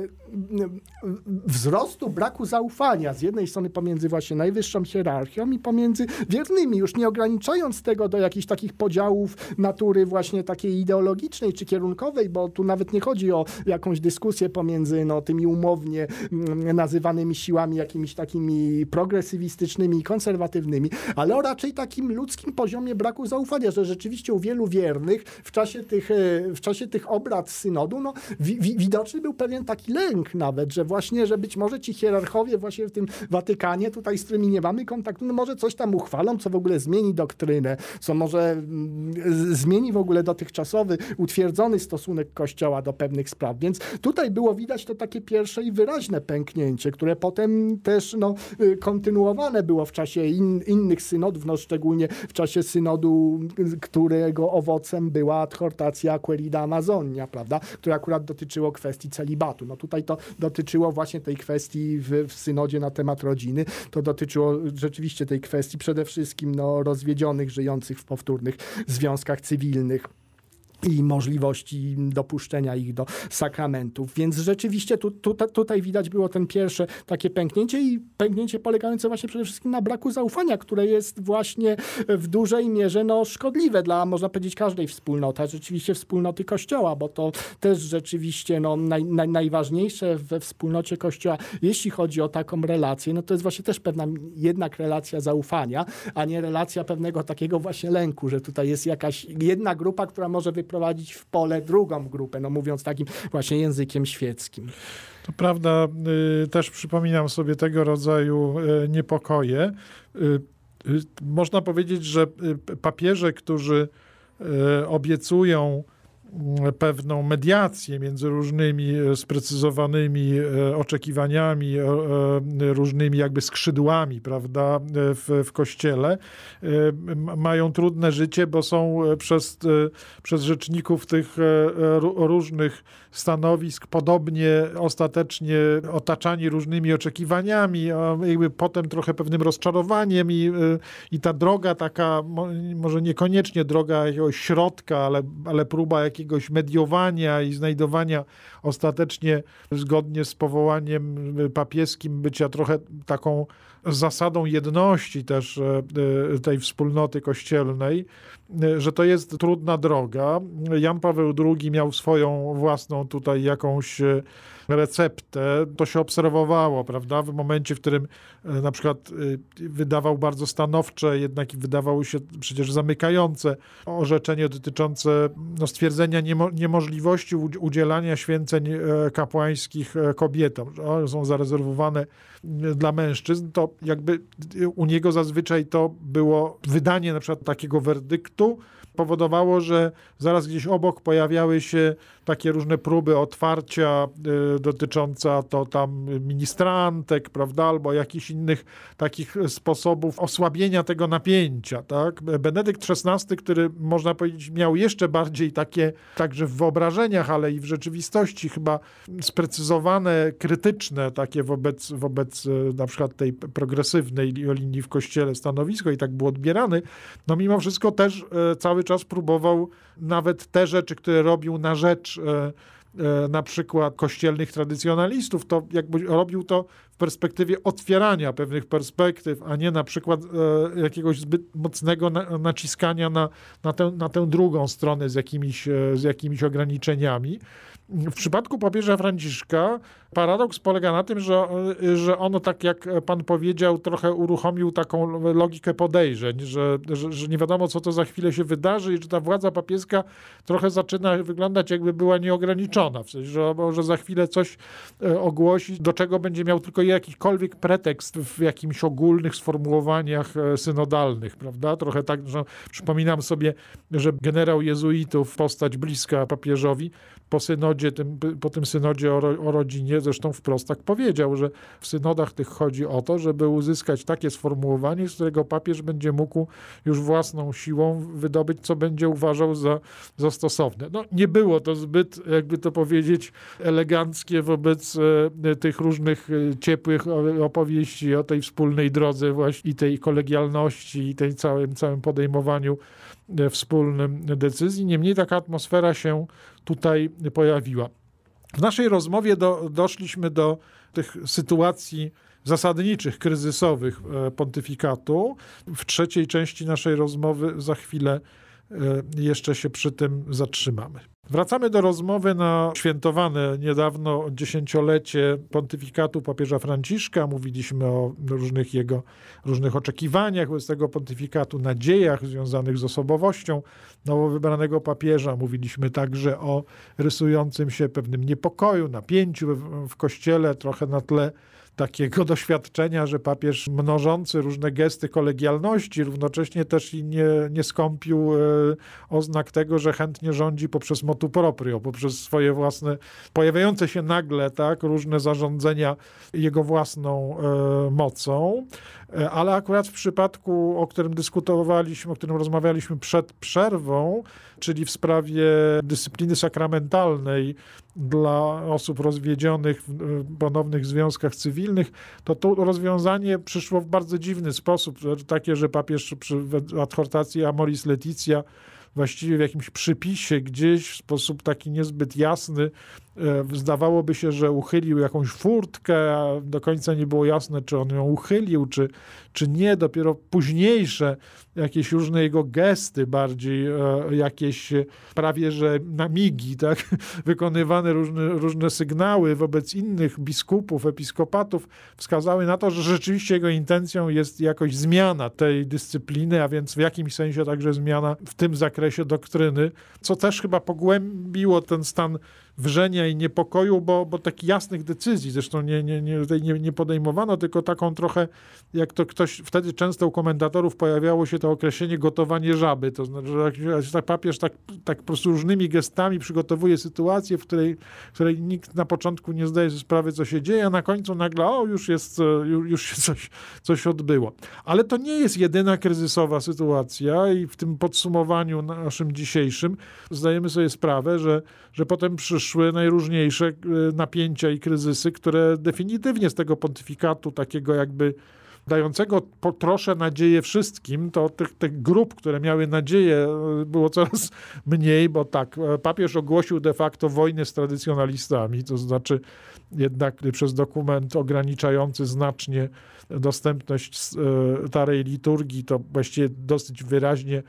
wzrostu braku zaufania z jednej strony pomiędzy właśnie najwyższą hierarchią i pomiędzy wiernymi, już nie ograniczając tego do jakichś takich podziałów natury właśnie takiej ideologicznej czy kierunkowej, bo tu nawet nie chodzi o jakąś dyskusję pomiędzy no, tymi umownie nazywanymi siłami jakimiś takimi progresywistycznymi i konserwatywnymi, ale o raczej takim ludzkim poziomie braku zaufania, że rzeczywiście u wielu wiernych w czasie tych, w czasie tych obrad synodu no, wi- wi- widoczny był pewien taki lęk nawet, że właśnie, że być może ci hierarchowie właśnie w tym Watykanie, tutaj z którymi nie mamy kontaktu, no może coś tam uchwalą, co w ogóle zmieni doktrynę, co może z- zmieni w ogóle dotychczasowy utwierdzony stosunek Kościoła do pewnych spraw. Więc tutaj było widać to takie pierwsze i wyraźne pęknięcie, które potem też no, kontynuowane było w czasie in, innych synodów, no szczególnie w czasie synodu, którego owocem była adhortacja Querida Amazonia, prawda, która akurat dotyczyło kwestii celibatu. No tutaj to dotyczyło właśnie tej kwestii w, w synodzie na temat rodziny. To dotyczyło rzeczywiście tej kwestii przede wszystkim no, rozwiedzionych, żyjących w powtórnych związkach cywilnych i możliwości dopuszczenia ich do sakramentów. Więc rzeczywiście tu, tu, tutaj widać było ten pierwsze takie pęknięcie i pęknięcie polegające właśnie przede wszystkim na braku zaufania, które jest właśnie w dużej mierze no, szkodliwe dla, można powiedzieć, każdej wspólnoty, rzeczywiście wspólnoty Kościoła, bo to też rzeczywiście no, naj, naj, najważniejsze we wspólnocie Kościoła, jeśli chodzi o taką relację, no to jest właśnie też pewna jednak relacja zaufania, a nie relacja pewnego takiego właśnie lęku, że tutaj jest jakaś jedna grupa, która może wyprowadzić prowadzić w pole drugą grupę, no mówiąc takim właśnie językiem świeckim. To prawda, y, też przypominam sobie tego rodzaju y, niepokoje. Y, y, można powiedzieć, że y, papieże, którzy y, obiecują pewną mediację między różnymi sprecyzowanymi oczekiwaniami, różnymi jakby skrzydłami, prawda, w, w Kościele, mają trudne życie, bo są przez, przez rzeczników tych różnych stanowisk podobnie ostatecznie otaczani różnymi oczekiwaniami, a jakby potem trochę pewnym rozczarowaniem i, i ta droga taka, może niekoniecznie droga jakiegoś środka, ale, ale próba jakiegoś mediowania i znajdowania ostatecznie zgodnie z powołaniem papieskim bycia trochę taką zasadą jedności też tej wspólnoty kościelnej, że to jest trudna droga. Jan Paweł drugi miał swoją własną tutaj jakąś receptę. To się obserwowało, prawda? W momencie, w którym na przykład wydawał bardzo stanowcze, jednak wydawało się przecież zamykające orzeczenie dotyczące no, stwierdzenia niemo- niemożliwości udzielania święceń kapłańskich kobietom. One są zarezerwowane dla mężczyzn, to jakby u niego zazwyczaj to było wydanie na przykład takiego werdyktu, powodowało, że zaraz gdzieś obok pojawiały się takie różne próby otwarcia y, dotyczące to tam ministrantek, prawda, albo jakichś innych takich sposobów osłabienia tego napięcia, tak. Benedykt szesnasty, który można powiedzieć miał jeszcze bardziej takie, także w wyobrażeniach, ale i w rzeczywistości chyba sprecyzowane, krytyczne takie wobec, wobec na przykład tej progresywnej linii w Kościele stanowisko i tak był odbierany, no mimo wszystko też y, cały czas próbował nawet te rzeczy, które robił na rzecz e, e, na przykład kościelnych tradycjonalistów, to jakby robił to w perspektywie otwierania pewnych perspektyw, a nie na przykład e, jakiegoś zbyt mocnego na, naciskania na, na, tę, na tę drugą stronę z jakimiś, e, z jakimiś ograniczeniami. W przypadku papieża Franciszka paradoks polega na tym, że, że ono, tak jak pan powiedział, trochę uruchomił taką logikę podejrzeń, że, że, że nie wiadomo, co to za chwilę się wydarzy i że ta władza papieska trochę zaczyna wyglądać, jakby była nieograniczona. W sensie, że może za chwilę coś ogłosić, do czego będzie miał tylko jakikolwiek pretekst w jakimś ogólnych sformułowaniach synodalnych, prawda? Trochę tak, że przypominam sobie, że generał jezuitów, postać bliska papieżowi, po synodzie, tym, po tym synodzie o, o rodzinie zresztą wprost tak powiedział, że w synodach tych chodzi o to, żeby uzyskać takie sformułowanie, z którego papież będzie mógł już własną siłą wydobyć, co będzie uważał za, za stosowne. No, nie było to zbyt, jakby to powiedzieć, eleganckie wobec e, tych różnych e, ciepłych opowieści o tej wspólnej drodze właśnie i tej kolegialności i tej całym, całym podejmowaniu e, wspólnym decyzji. Niemniej taka atmosfera się tutaj pojawiła. W naszej rozmowie do, doszliśmy do tych sytuacji zasadniczych, kryzysowych pontyfikatu. W trzeciej części naszej rozmowy za chwilę jeszcze się przy tym zatrzymamy. Wracamy do rozmowy na świętowane niedawno dziesięciolecie pontyfikatu papieża Franciszka. Mówiliśmy o różnych jego różnych oczekiwaniach wobec tego pontyfikatu, nadziejach związanych z osobowością nowo wybranego papieża. Mówiliśmy także o rysującym się pewnym niepokoju, napięciu w, w Kościele, trochę na tle takiego doświadczenia, że papież mnożący różne gesty kolegialności równocześnie też i nie, nie skąpił e, oznak tego, że chętnie rządzi poprzez motu proprio, poprzez swoje własne, pojawiające się nagle, tak, różne zarządzenia jego własną e, mocą. E, ale akurat w przypadku, o którym dyskutowaliśmy, o którym rozmawialiśmy przed przerwą, czyli w sprawie dyscypliny sakramentalnej dla osób rozwiedzionych w ponownych związkach cywilnych, to to rozwiązanie przyszło w bardzo dziwny sposób, takie, że papież przy adhortacji Amoris Laetitia właściwie w jakimś przypisie gdzieś w sposób taki niezbyt jasny zdawałoby się, że uchylił jakąś furtkę, a do końca nie było jasne, czy on ją uchylił, czy, czy nie. Dopiero późniejsze jakieś różne jego gesty, bardziej jakieś prawie że namigi, tak? Wykonywane różne, różne sygnały wobec innych biskupów, episkopatów wskazały na to, że rzeczywiście jego intencją jest jakoś zmiana tej dyscypliny, a więc w jakimś sensie także zmiana w tym zakresie doktryny, co też chyba pogłębiło ten stan wrzenia i niepokoju, bo, bo takich jasnych decyzji zresztą nie, nie, nie, nie, nie podejmowano, tylko taką trochę, jak to ktoś, wtedy często u komentatorów pojawiało się to określenie gotowanie żaby, to znaczy, że tak papież tak, tak po prostu różnymi gestami przygotowuje sytuację, w której, w której nikt na początku nie zdaje sobie sprawy, co się dzieje, a na końcu nagle, o, już jest, już się coś, coś odbyło. Ale to nie jest jedyna kryzysowa sytuacja i w tym podsumowaniu naszym dzisiejszym zdajemy sobie sprawę, że, że potem przyszły najróżniejsze napięcia i kryzysy, które definitywnie z tego pontyfikatu takiego jakby dającego po trosze nadzieję wszystkim, to tych, tych grup, które miały nadzieję, było coraz mniej, bo tak, papież ogłosił de facto wojnę z tradycjonalistami, to znaczy jednak przez dokument ograniczający znacznie dostępność starej liturgii, to właściwie dosyć wyraźnie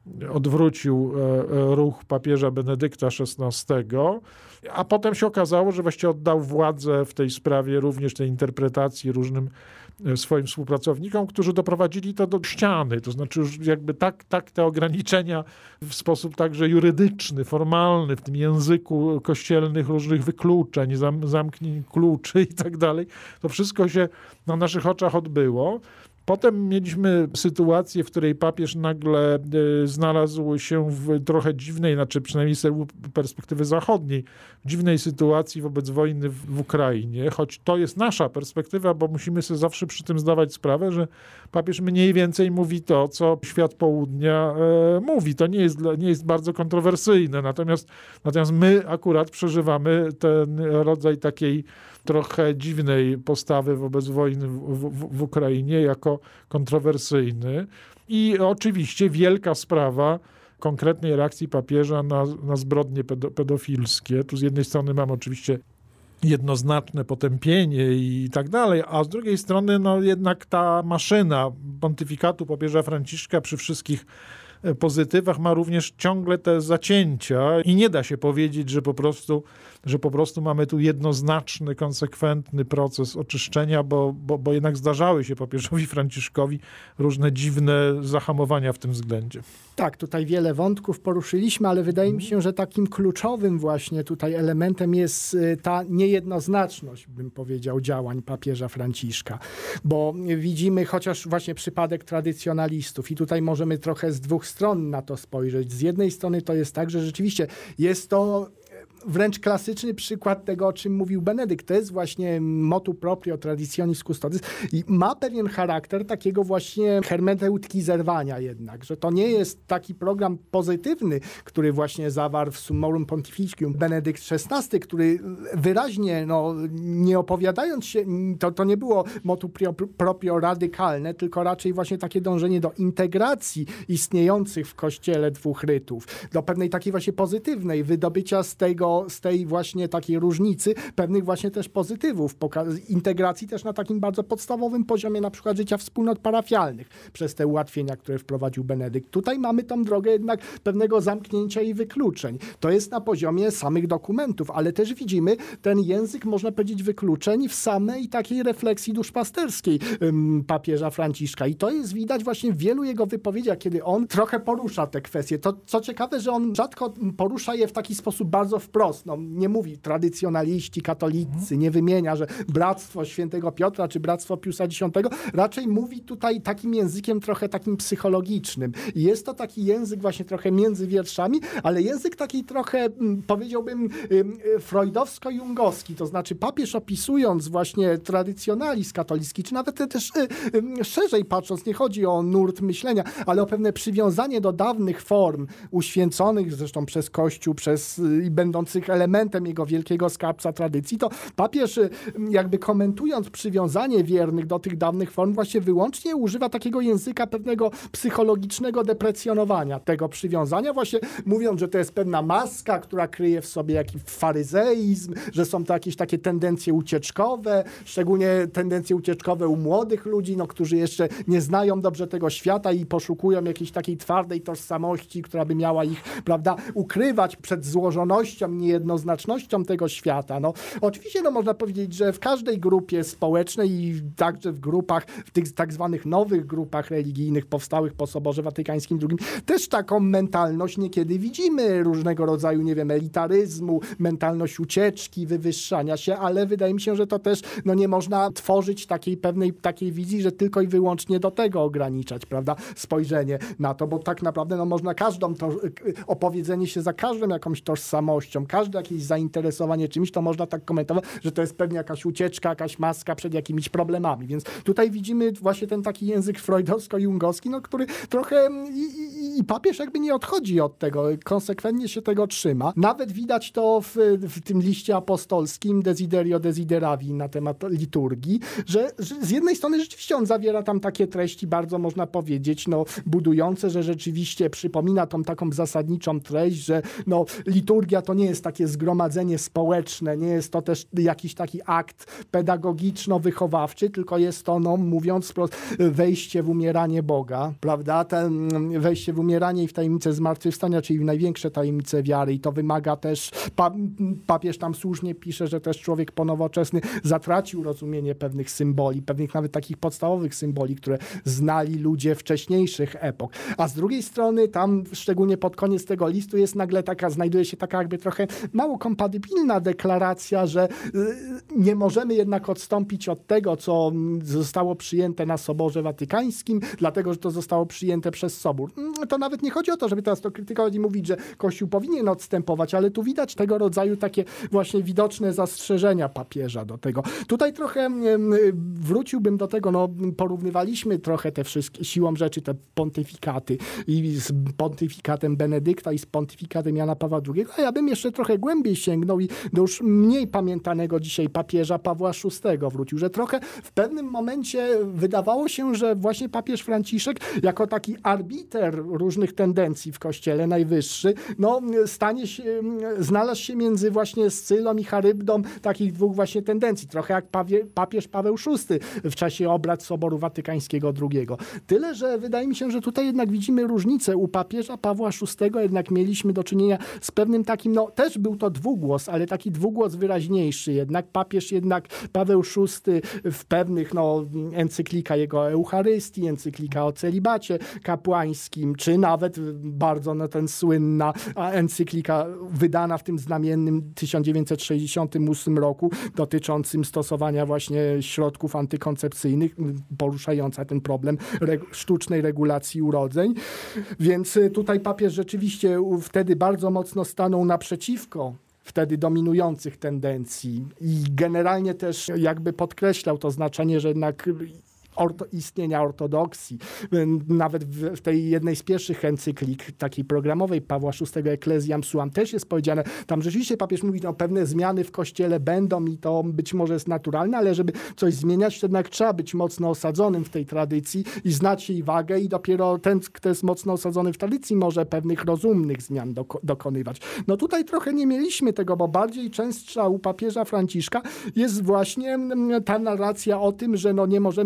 odwrócił ruch papieża Benedykta szesnastego, a potem się okazało, że właściwie oddał władzę w tej sprawie, również tej interpretacji różnym swoim współpracownikom, którzy doprowadzili to do ściany. To znaczy już jakby tak, tak te ograniczenia w sposób także jurydyczny, formalny, w tym języku kościelnych różnych wykluczeń, zam, zamknięć kluczy i tak dalej, to wszystko się na naszych oczach odbyło. Potem mieliśmy sytuację, w której papież nagle znalazł się w trochę dziwnej, znaczy przynajmniej z perspektywy zachodniej, w dziwnej sytuacji wobec wojny w Ukrainie, choć to jest nasza perspektywa, bo musimy sobie zawsze przy tym zdawać sprawę, że papież mniej więcej mówi to, co świat południa e, mówi. To nie jest, nie jest bardzo kontrowersyjne, natomiast, natomiast my akurat przeżywamy ten rodzaj takiej trochę dziwnej postawy wobec wojny w, w, w Ukrainie jako kontrowersyjny. I oczywiście wielka sprawa konkretnej reakcji papieża na, na zbrodnie pedo, pedofilskie. Tu z jednej strony mam oczywiście jednoznaczne potępienie i tak dalej, a z drugiej strony no jednak ta maszyna pontyfikatu papieża Franciszka przy wszystkich pozytywach ma również ciągle te zacięcia i nie da się powiedzieć, że po prostu, że po prostu mamy tu jednoznaczny, konsekwentny proces oczyszczenia, bo, bo, bo jednak zdarzały się papieżowi Franciszkowi różne dziwne zahamowania w tym względzie. Tak, tutaj wiele wątków poruszyliśmy, ale wydaje mi się, że takim kluczowym właśnie tutaj elementem jest ta niejednoznaczność, bym powiedział, działań papieża Franciszka, bo widzimy chociaż właśnie przypadek tradycjonalistów i tutaj możemy trochę z dwóch stron na to spojrzeć. Z jednej strony to jest tak, że rzeczywiście jest to wręcz klasyczny przykład tego, o czym mówił Benedykt. To jest właśnie motu proprio traditionis custodis i ma pewien charakter takiego właśnie hermeneutki zerwania jednak, że to nie jest taki program pozytywny, który właśnie zawarł w Summorum Pontificum Benedykt szesnasty, który wyraźnie, no, nie opowiadając się, to, to nie było motu proprio radykalne, tylko raczej właśnie takie dążenie do integracji istniejących w Kościele dwóch rytów, do pewnej takiej właśnie pozytywnej wydobycia z tego z tej właśnie takiej różnicy pewnych właśnie też pozytywów, integracji też na takim bardzo podstawowym poziomie na przykład życia wspólnot parafialnych przez te ułatwienia, które wprowadził Benedykt. Tutaj mamy tą drogę jednak pewnego zamknięcia i wykluczeń. To jest na poziomie samych dokumentów, ale też widzimy ten język, można powiedzieć, wykluczeń w samej takiej refleksji duszpasterskiej ym, papieża Franciszka. I to jest widać właśnie w wielu jego wypowiedziach, kiedy on trochę porusza te kwestie. To co ciekawe, że on rzadko porusza je w taki sposób bardzo wprost wprost, no, nie mówi tradycjonaliści, katolicy, nie wymienia, że Bractwo Świętego Piotra czy Bractwo Piusa Dziesiątego, raczej mówi tutaj takim językiem trochę takim psychologicznym. I jest to taki język właśnie trochę między wierszami, ale język taki trochę, powiedziałbym, freudowsko-jungowski, to znaczy papież opisując właśnie tradycjonalizm katolicki, czy nawet też szerzej patrząc, nie chodzi o nurt myślenia, ale o pewne przywiązanie do dawnych form, uświęconych zresztą przez Kościół, przez i będących elementem jego wielkiego skarbca tradycji, to papież jakby komentując przywiązanie wiernych do tych dawnych form właśnie wyłącznie używa takiego języka pewnego psychologicznego deprecjonowania tego przywiązania, właśnie mówiąc, że to jest pewna maska, która kryje w sobie jakiś faryzeizm, że są to jakieś takie tendencje ucieczkowe, szczególnie tendencje ucieczkowe u młodych ludzi, no, którzy jeszcze nie znają dobrze tego świata i poszukują jakiejś takiej twardej tożsamości, która by miała ich, prawda, ukrywać przed złożonością, niejednoznacznością tego świata. No, oczywiście no, można powiedzieć, że w każdej grupie społecznej i także w grupach, w tych tak zwanych nowych grupach religijnych powstałych po Soborze Watykańskim drugim, też taką mentalność niekiedy widzimy, różnego rodzaju, nie wiem, elitaryzmu, mentalność ucieczki, wywyższania się, ale wydaje mi się, że to też no, nie można tworzyć takiej pewnej takiej wizji, że tylko i wyłącznie do tego ograniczać, prawda, spojrzenie na to, bo tak naprawdę no, można każdą to, opowiedzenie się za każdą jakąś tożsamością, każde jakieś zainteresowanie czymś, to można tak komentować, że to jest pewnie jakaś ucieczka, jakaś maska przed jakimiś problemami. Więc tutaj widzimy właśnie ten taki język freudowsko-jungowski, no, który trochę i, i, i papież jakby nie odchodzi od tego, konsekwentnie się tego trzyma. Nawet widać to w, w tym liście apostolskim Desiderio Desideravi na temat liturgii, że, że z jednej strony rzeczywiście on zawiera tam takie treści bardzo, można powiedzieć, no, budujące, że rzeczywiście przypomina tą taką zasadniczą treść, że no, liturgia to nie jest takie zgromadzenie społeczne, nie jest to też jakiś taki akt pedagogiczno-wychowawczy, tylko jest to, no, mówiąc wprost, wejście w umieranie Boga, prawda? Ten wejście w umieranie i w tajemnicę zmartwychwstania, czyli w największe tajemnice wiary, i to wymaga też, pa, papież tam słusznie pisze, że też człowiek ponowoczesny zatracił rozumienie pewnych symboli, pewnych nawet takich podstawowych symboli, które znali ludzie wcześniejszych epok. A z drugiej strony tam, szczególnie pod koniec tego listu, jest nagle taka, znajduje się taka jakby trochę mało kompatybilna deklaracja, że nie możemy jednak odstąpić od tego, co zostało przyjęte na Soborze Watykańskim, dlatego, że to zostało przyjęte przez Sobór. To nawet nie chodzi o to, żeby teraz to krytykować i mówić, że Kościół powinien odstępować, ale tu widać tego rodzaju takie właśnie widoczne zastrzeżenia papieża do tego. Tutaj trochę wróciłbym do tego, no porównywaliśmy trochę te wszystkie, siłą rzeczy te pontyfikaty i z pontyfikatem Benedykta i z pontyfikatem Jana Pawła drugiego, a ja bym jeszcze trochę głębiej sięgnął i do już mniej pamiętanego dzisiaj papieża Pawła szóstego wrócił, że trochę w pewnym momencie wydawało się, że właśnie papież Franciszek jako taki arbiter różnych tendencji w Kościele najwyższy, no stanie się, znalazł się między właśnie Scylą i Charybdą takich dwóch właśnie tendencji, trochę jak pawie, papież Paweł szósty w czasie obrad Soboru Watykańskiego drugiego. Tyle, że wydaje mi się, że tutaj jednak widzimy różnicę. U papieża Pawła szóstego jednak mieliśmy do czynienia z pewnym takim, no też był to dwugłos, ale taki dwugłos wyraźniejszy jednak. Papież jednak Paweł szósty w pewnych, no encyklika jego o Eucharystii, encyklika o celibacie kapłańskim, czy nawet bardzo no, ten słynna encyklika wydana w tym znamiennym tysiąc dziewięćset sześćdziesiątym ósmym roku dotyczącym stosowania właśnie środków antykoncepcyjnych, poruszająca ten problem reg- sztucznej regulacji urodzeń. Więc tutaj papież rzeczywiście wtedy bardzo mocno stanął naprzeciwko wtedy dominujących tendencji i generalnie też jakby podkreślał to znaczenie, że jednak Orto, istnienia ortodoksji. Nawet w, w tej jednej z pierwszych encyklik takiej programowej Pawła szóstego Ecclesiam Suam też jest powiedziane, tam rzeczywiście papież mówi, no pewne zmiany w Kościele będą i to być może jest naturalne, ale żeby coś zmieniać, to jednak trzeba być mocno osadzonym w tej tradycji i znać jej wagę i dopiero ten, kto jest mocno osadzony w tradycji, może pewnych rozumnych zmian doko- dokonywać. No tutaj trochę nie mieliśmy tego, bo bardziej częstsza u papieża Franciszka jest właśnie ta narracja o tym, że no nie możemy się przywierzyć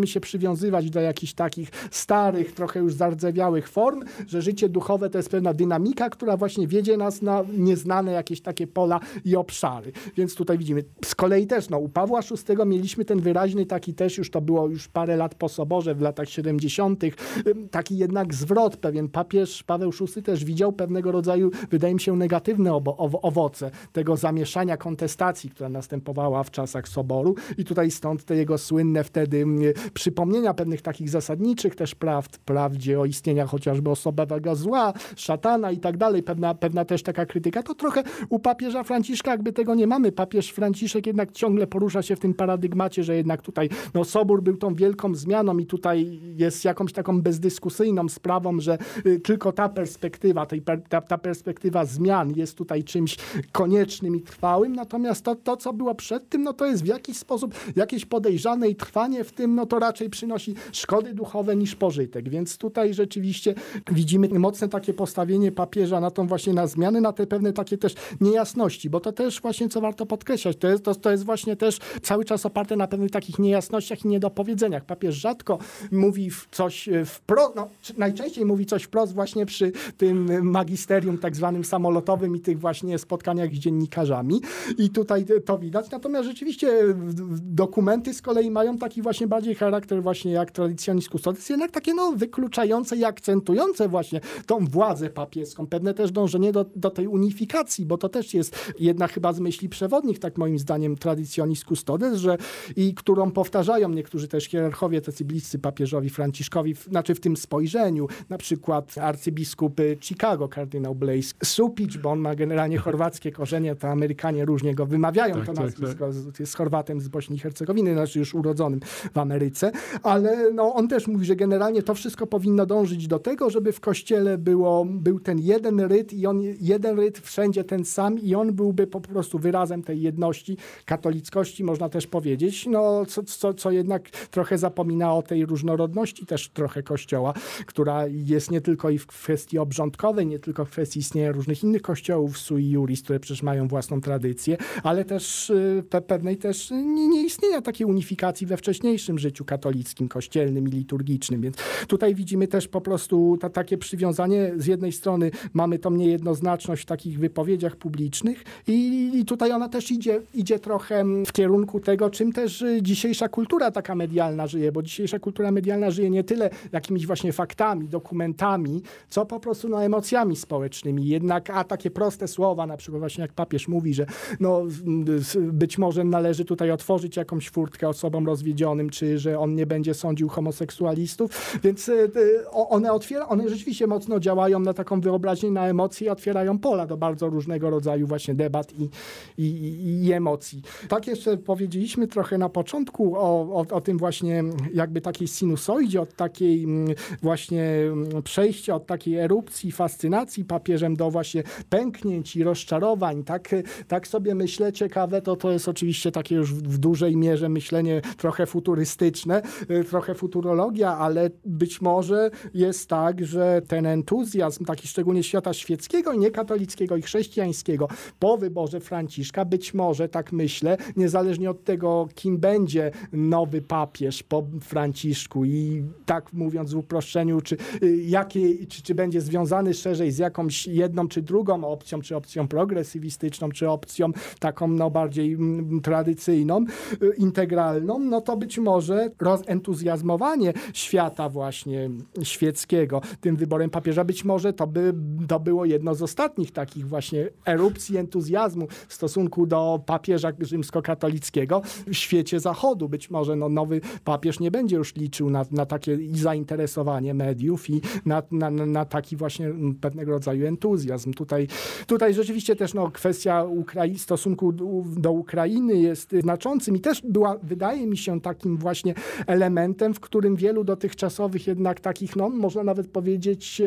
przywiązywać do jakichś takich starych, trochę już zardzewiałych form, że życie duchowe to jest pewna dynamika, która właśnie wiedzie nas na nieznane jakieś takie pola i obszary. Więc tutaj widzimy. Z kolei też no, u Pawła szóstego mieliśmy ten wyraźny taki też, już to było już parę lat po Soborze, w latach siedemdziesiątych, taki jednak zwrot pewien. Papież Paweł szósty też widział pewnego rodzaju, wydaje mi się, negatywne obo- owoce tego zamieszania, kontestacji, która następowała w czasach Soboru i tutaj stąd te jego słynne wtedy przypomnienia pewnych takich zasadniczych też prawd, prawdzie o istnieniach chociażby osobowego zła, szatana i tak dalej, pewna, pewna też taka krytyka. To trochę u papieża Franciszka jakby tego nie mamy. Papież Franciszek jednak ciągle porusza się w tym paradygmacie, że jednak tutaj no, Sobór był tą wielką zmianą i tutaj jest jakąś taką bezdyskusyjną sprawą, że y, tylko ta perspektywa, tej, ta, ta perspektywa zmian jest tutaj czymś koniecznym i trwałym, natomiast to, to, co było przed tym, no to jest w jakiś sposób jakieś podejrzane i trwanie w tym, no to raczej przynosi szkody duchowe niż pożytek. Więc tutaj rzeczywiście widzimy mocne takie postawienie papieża na tą właśnie na zmiany, na te pewne takie też niejasności, bo to też właśnie, co warto podkreślać, to jest, to, to jest właśnie też cały czas oparte na pewnych takich niejasnościach i niedopowiedzeniach. Papież rzadko mówi coś wprost, no, najczęściej mówi coś wprost właśnie przy tym magisterium tak zwanym samolotowym i tych właśnie spotkaniach z dziennikarzami i tutaj to widać. Natomiast rzeczywiście dokumenty z kolei mają taki właśnie bardziej charakter właśnie jak traditionis custodes, jednak takie no wykluczające i akcentujące właśnie tą władzę papieską. Pewne też dążenie do, do tej unifikacji, bo to też jest jedna chyba z myśli przewodnich, tak moim zdaniem, traditionis custodes, że i którą powtarzają niektórzy też hierarchowie tacy bliscy papieżowi Franciszkowi, znaczy w tym spojrzeniu, na przykład arcybiskup Chicago, kardynał Blaise Supic, bo on ma generalnie chorwackie korzenie, to Amerykanie różnie go wymawiają, tak, to tak, nazwisko, tak. Jest Chorwatem z Bośni i Hercegowiny, znaczy już urodzonym w Ameryce, ale no, on też mówi, że generalnie to wszystko powinno dążyć do tego, żeby w kościele było, był ten jeden ryt i on jeden ryt wszędzie ten sam i on byłby po prostu wyrazem tej jedności, katolickości, można też powiedzieć, no co, co, co jednak trochę zapomina o tej różnorodności też trochę kościoła, która jest nie tylko i w kwestii obrządkowej, nie tylko w kwestii istnienia różnych innych kościołów sui juris, które przecież mają własną tradycję, ale też pe, pewnej też nie, nie istnienia takiej unifikacji we wcześniejszym życiu katolickim, kościelnym i liturgicznym, więc tutaj widzimy też po prostu ta, takie przywiązanie, z jednej strony mamy tą niejednoznaczność w takich wypowiedziach publicznych i, i tutaj ona też idzie, idzie trochę w kierunku tego, czym też dzisiejsza kultura taka medialna żyje, bo dzisiejsza kultura medialna żyje nie tyle jakimiś właśnie faktami, dokumentami, co po prostu no, emocjami społecznymi. Jednak, a takie proste słowa, na przykład właśnie jak papież mówi, że no, być może należy tutaj otworzyć jakąś furtkę osobom rozwiedzionym, czy że on nie będzie sądził homoseksualistów, więc one otwiera, one rzeczywiście mocno działają na taką wyobraźnię, na emocje i otwierają pola do bardzo różnego rodzaju właśnie debat i, i, i emocji. Tak jeszcze powiedzieliśmy trochę na początku o, o, o tym właśnie jakby takiej sinusoidzie, od takiej właśnie przejścia od takiej erupcji, fascynacji papieżem do właśnie pęknięć i rozczarowań. Tak, tak sobie myślę, ciekawe, to to jest oczywiście takie już w dużej mierze myślenie trochę futurystyczne, trochę futurologia, ale być może jest tak, że ten entuzjazm taki szczególnie świata świeckiego i niekatolickiego i chrześcijańskiego po wyborze Franciszka, być może, tak myślę, niezależnie od tego, kim będzie nowy papież po Franciszku i tak mówiąc w uproszczeniu, czy, jakie, czy, czy będzie związany szerzej z jakąś jedną czy drugą opcją, czy opcją progresywistyczną, czy opcją taką no, bardziej m, tradycyjną, y, integralną, no to być może rozentuzjazmowanie świata właśnie świeckiego tym wyborem papieża, być może to by to było jedno z ostatnich takich właśnie erupcji entuzjazmu w stosunku do papieża rzymskokatolickiego w świecie zachodu. Być może no, nowy papież nie będzie już liczył na, na takie zainteresowanie mediów i na, na, na taki właśnie pewnego rodzaju entuzjazm. Tutaj, tutaj rzeczywiście też no, kwestia Ukrai- stosunku do Ukrainy jest znaczącym i też była, wydaje mi się, takim właśnie elementem, w którym wielu dotychczasowych jednak takich, no można nawet powiedzieć,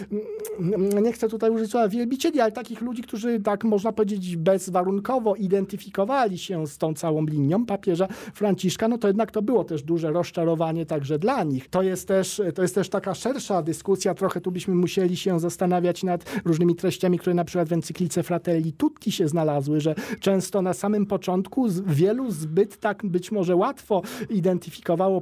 nie chcę tutaj użyć słowa wielbicieli, ale takich ludzi, którzy tak można powiedzieć bezwarunkowo identyfikowali się z tą całą linią papieża Franciszka, no to jednak to było też duże rozczarowanie także dla nich. To jest też, to jest też taka szersza dyskusja, trochę tu byśmy musieli się zastanawiać nad różnymi treściami, które na przykład w encyklice Fratelli Tutti się znalazły, że często na samym początku wielu zbyt tak być może łatwo identyfikowało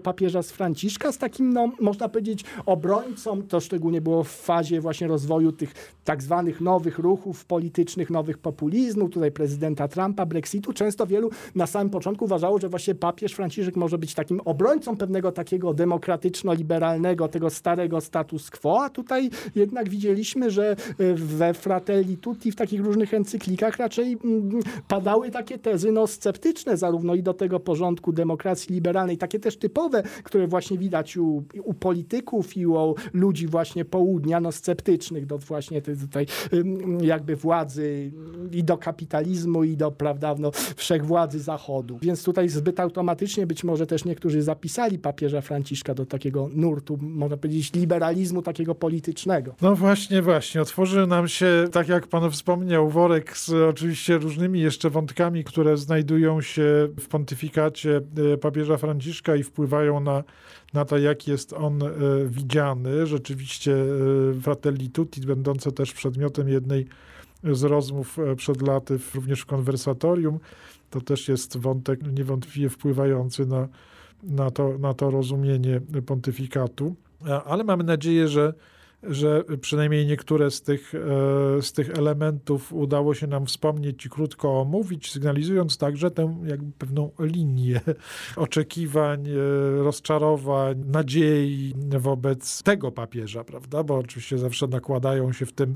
papieża z Franciszka, z takim, no, można powiedzieć, obrońcą, to szczególnie było w fazie właśnie rozwoju tych tak zwanych nowych ruchów politycznych, nowych populizmów, tutaj prezydenta Trumpa, Brexitu. Często wielu na samym początku uważało, że właśnie papież Franciszek może być takim obrońcą pewnego takiego demokratyczno-liberalnego, tego starego status quo, a tutaj jednak widzieliśmy, że we Fratelli Tutti, w takich różnych encyklikach raczej padały takie tezy no, sceptyczne zarówno i do tego porządku demokracji liberalnej, takie też typowe, które właśnie widać u, u polityków i u ludzi właśnie południa, no sceptycznych do właśnie tej, tutaj jakby władzy i do kapitalizmu i do, prawda, no, wszechwładzy Zachodu. Więc tutaj zbyt automatycznie być może też niektórzy zapisali papieża Franciszka do takiego nurtu, można powiedzieć, liberalizmu takiego politycznego. No właśnie, właśnie. Otworzy nam się, tak jak pan wspomniał, worek z oczywiście różnymi jeszcze wątkami, które znajdują się w pontyfikacie papieża Franciszka i wpływają na, na to, jak jest on e, widziany. Rzeczywiście e, Fratelli Tutti, będące też przedmiotem jednej z rozmów przed laty, również w konwersatorium, to też jest wątek niewątpliwie wpływający na, na, to, na to rozumienie pontyfikatu. Ale mamy nadzieję, że że przynajmniej niektóre z tych, z tych elementów udało się nam wspomnieć i krótko omówić, sygnalizując także tę jakby pewną linię oczekiwań, rozczarowań, nadziei wobec tego papieża, prawda? Bo oczywiście zawsze nakładają się w tym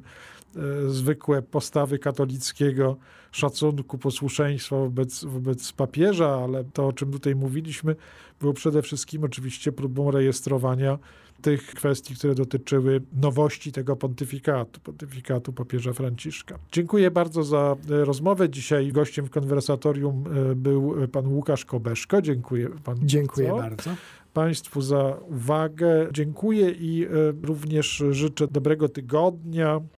zwykłe postawy katolickiego szacunku, posłuszeństwa wobec, wobec papieża, ale to, o czym tutaj mówiliśmy, było przede wszystkim oczywiście próbą rejestrowania tych kwestii, które dotyczyły nowości tego pontyfikatu, pontyfikatu papieża Franciszka. Dziękuję bardzo za rozmowę. Dzisiaj gościem w konwersatorium był pan Łukasz Kobeszko. Dziękuję panu. Dziękuję bardzo. Państwu za uwagę. Dziękuję i również życzę dobrego tygodnia.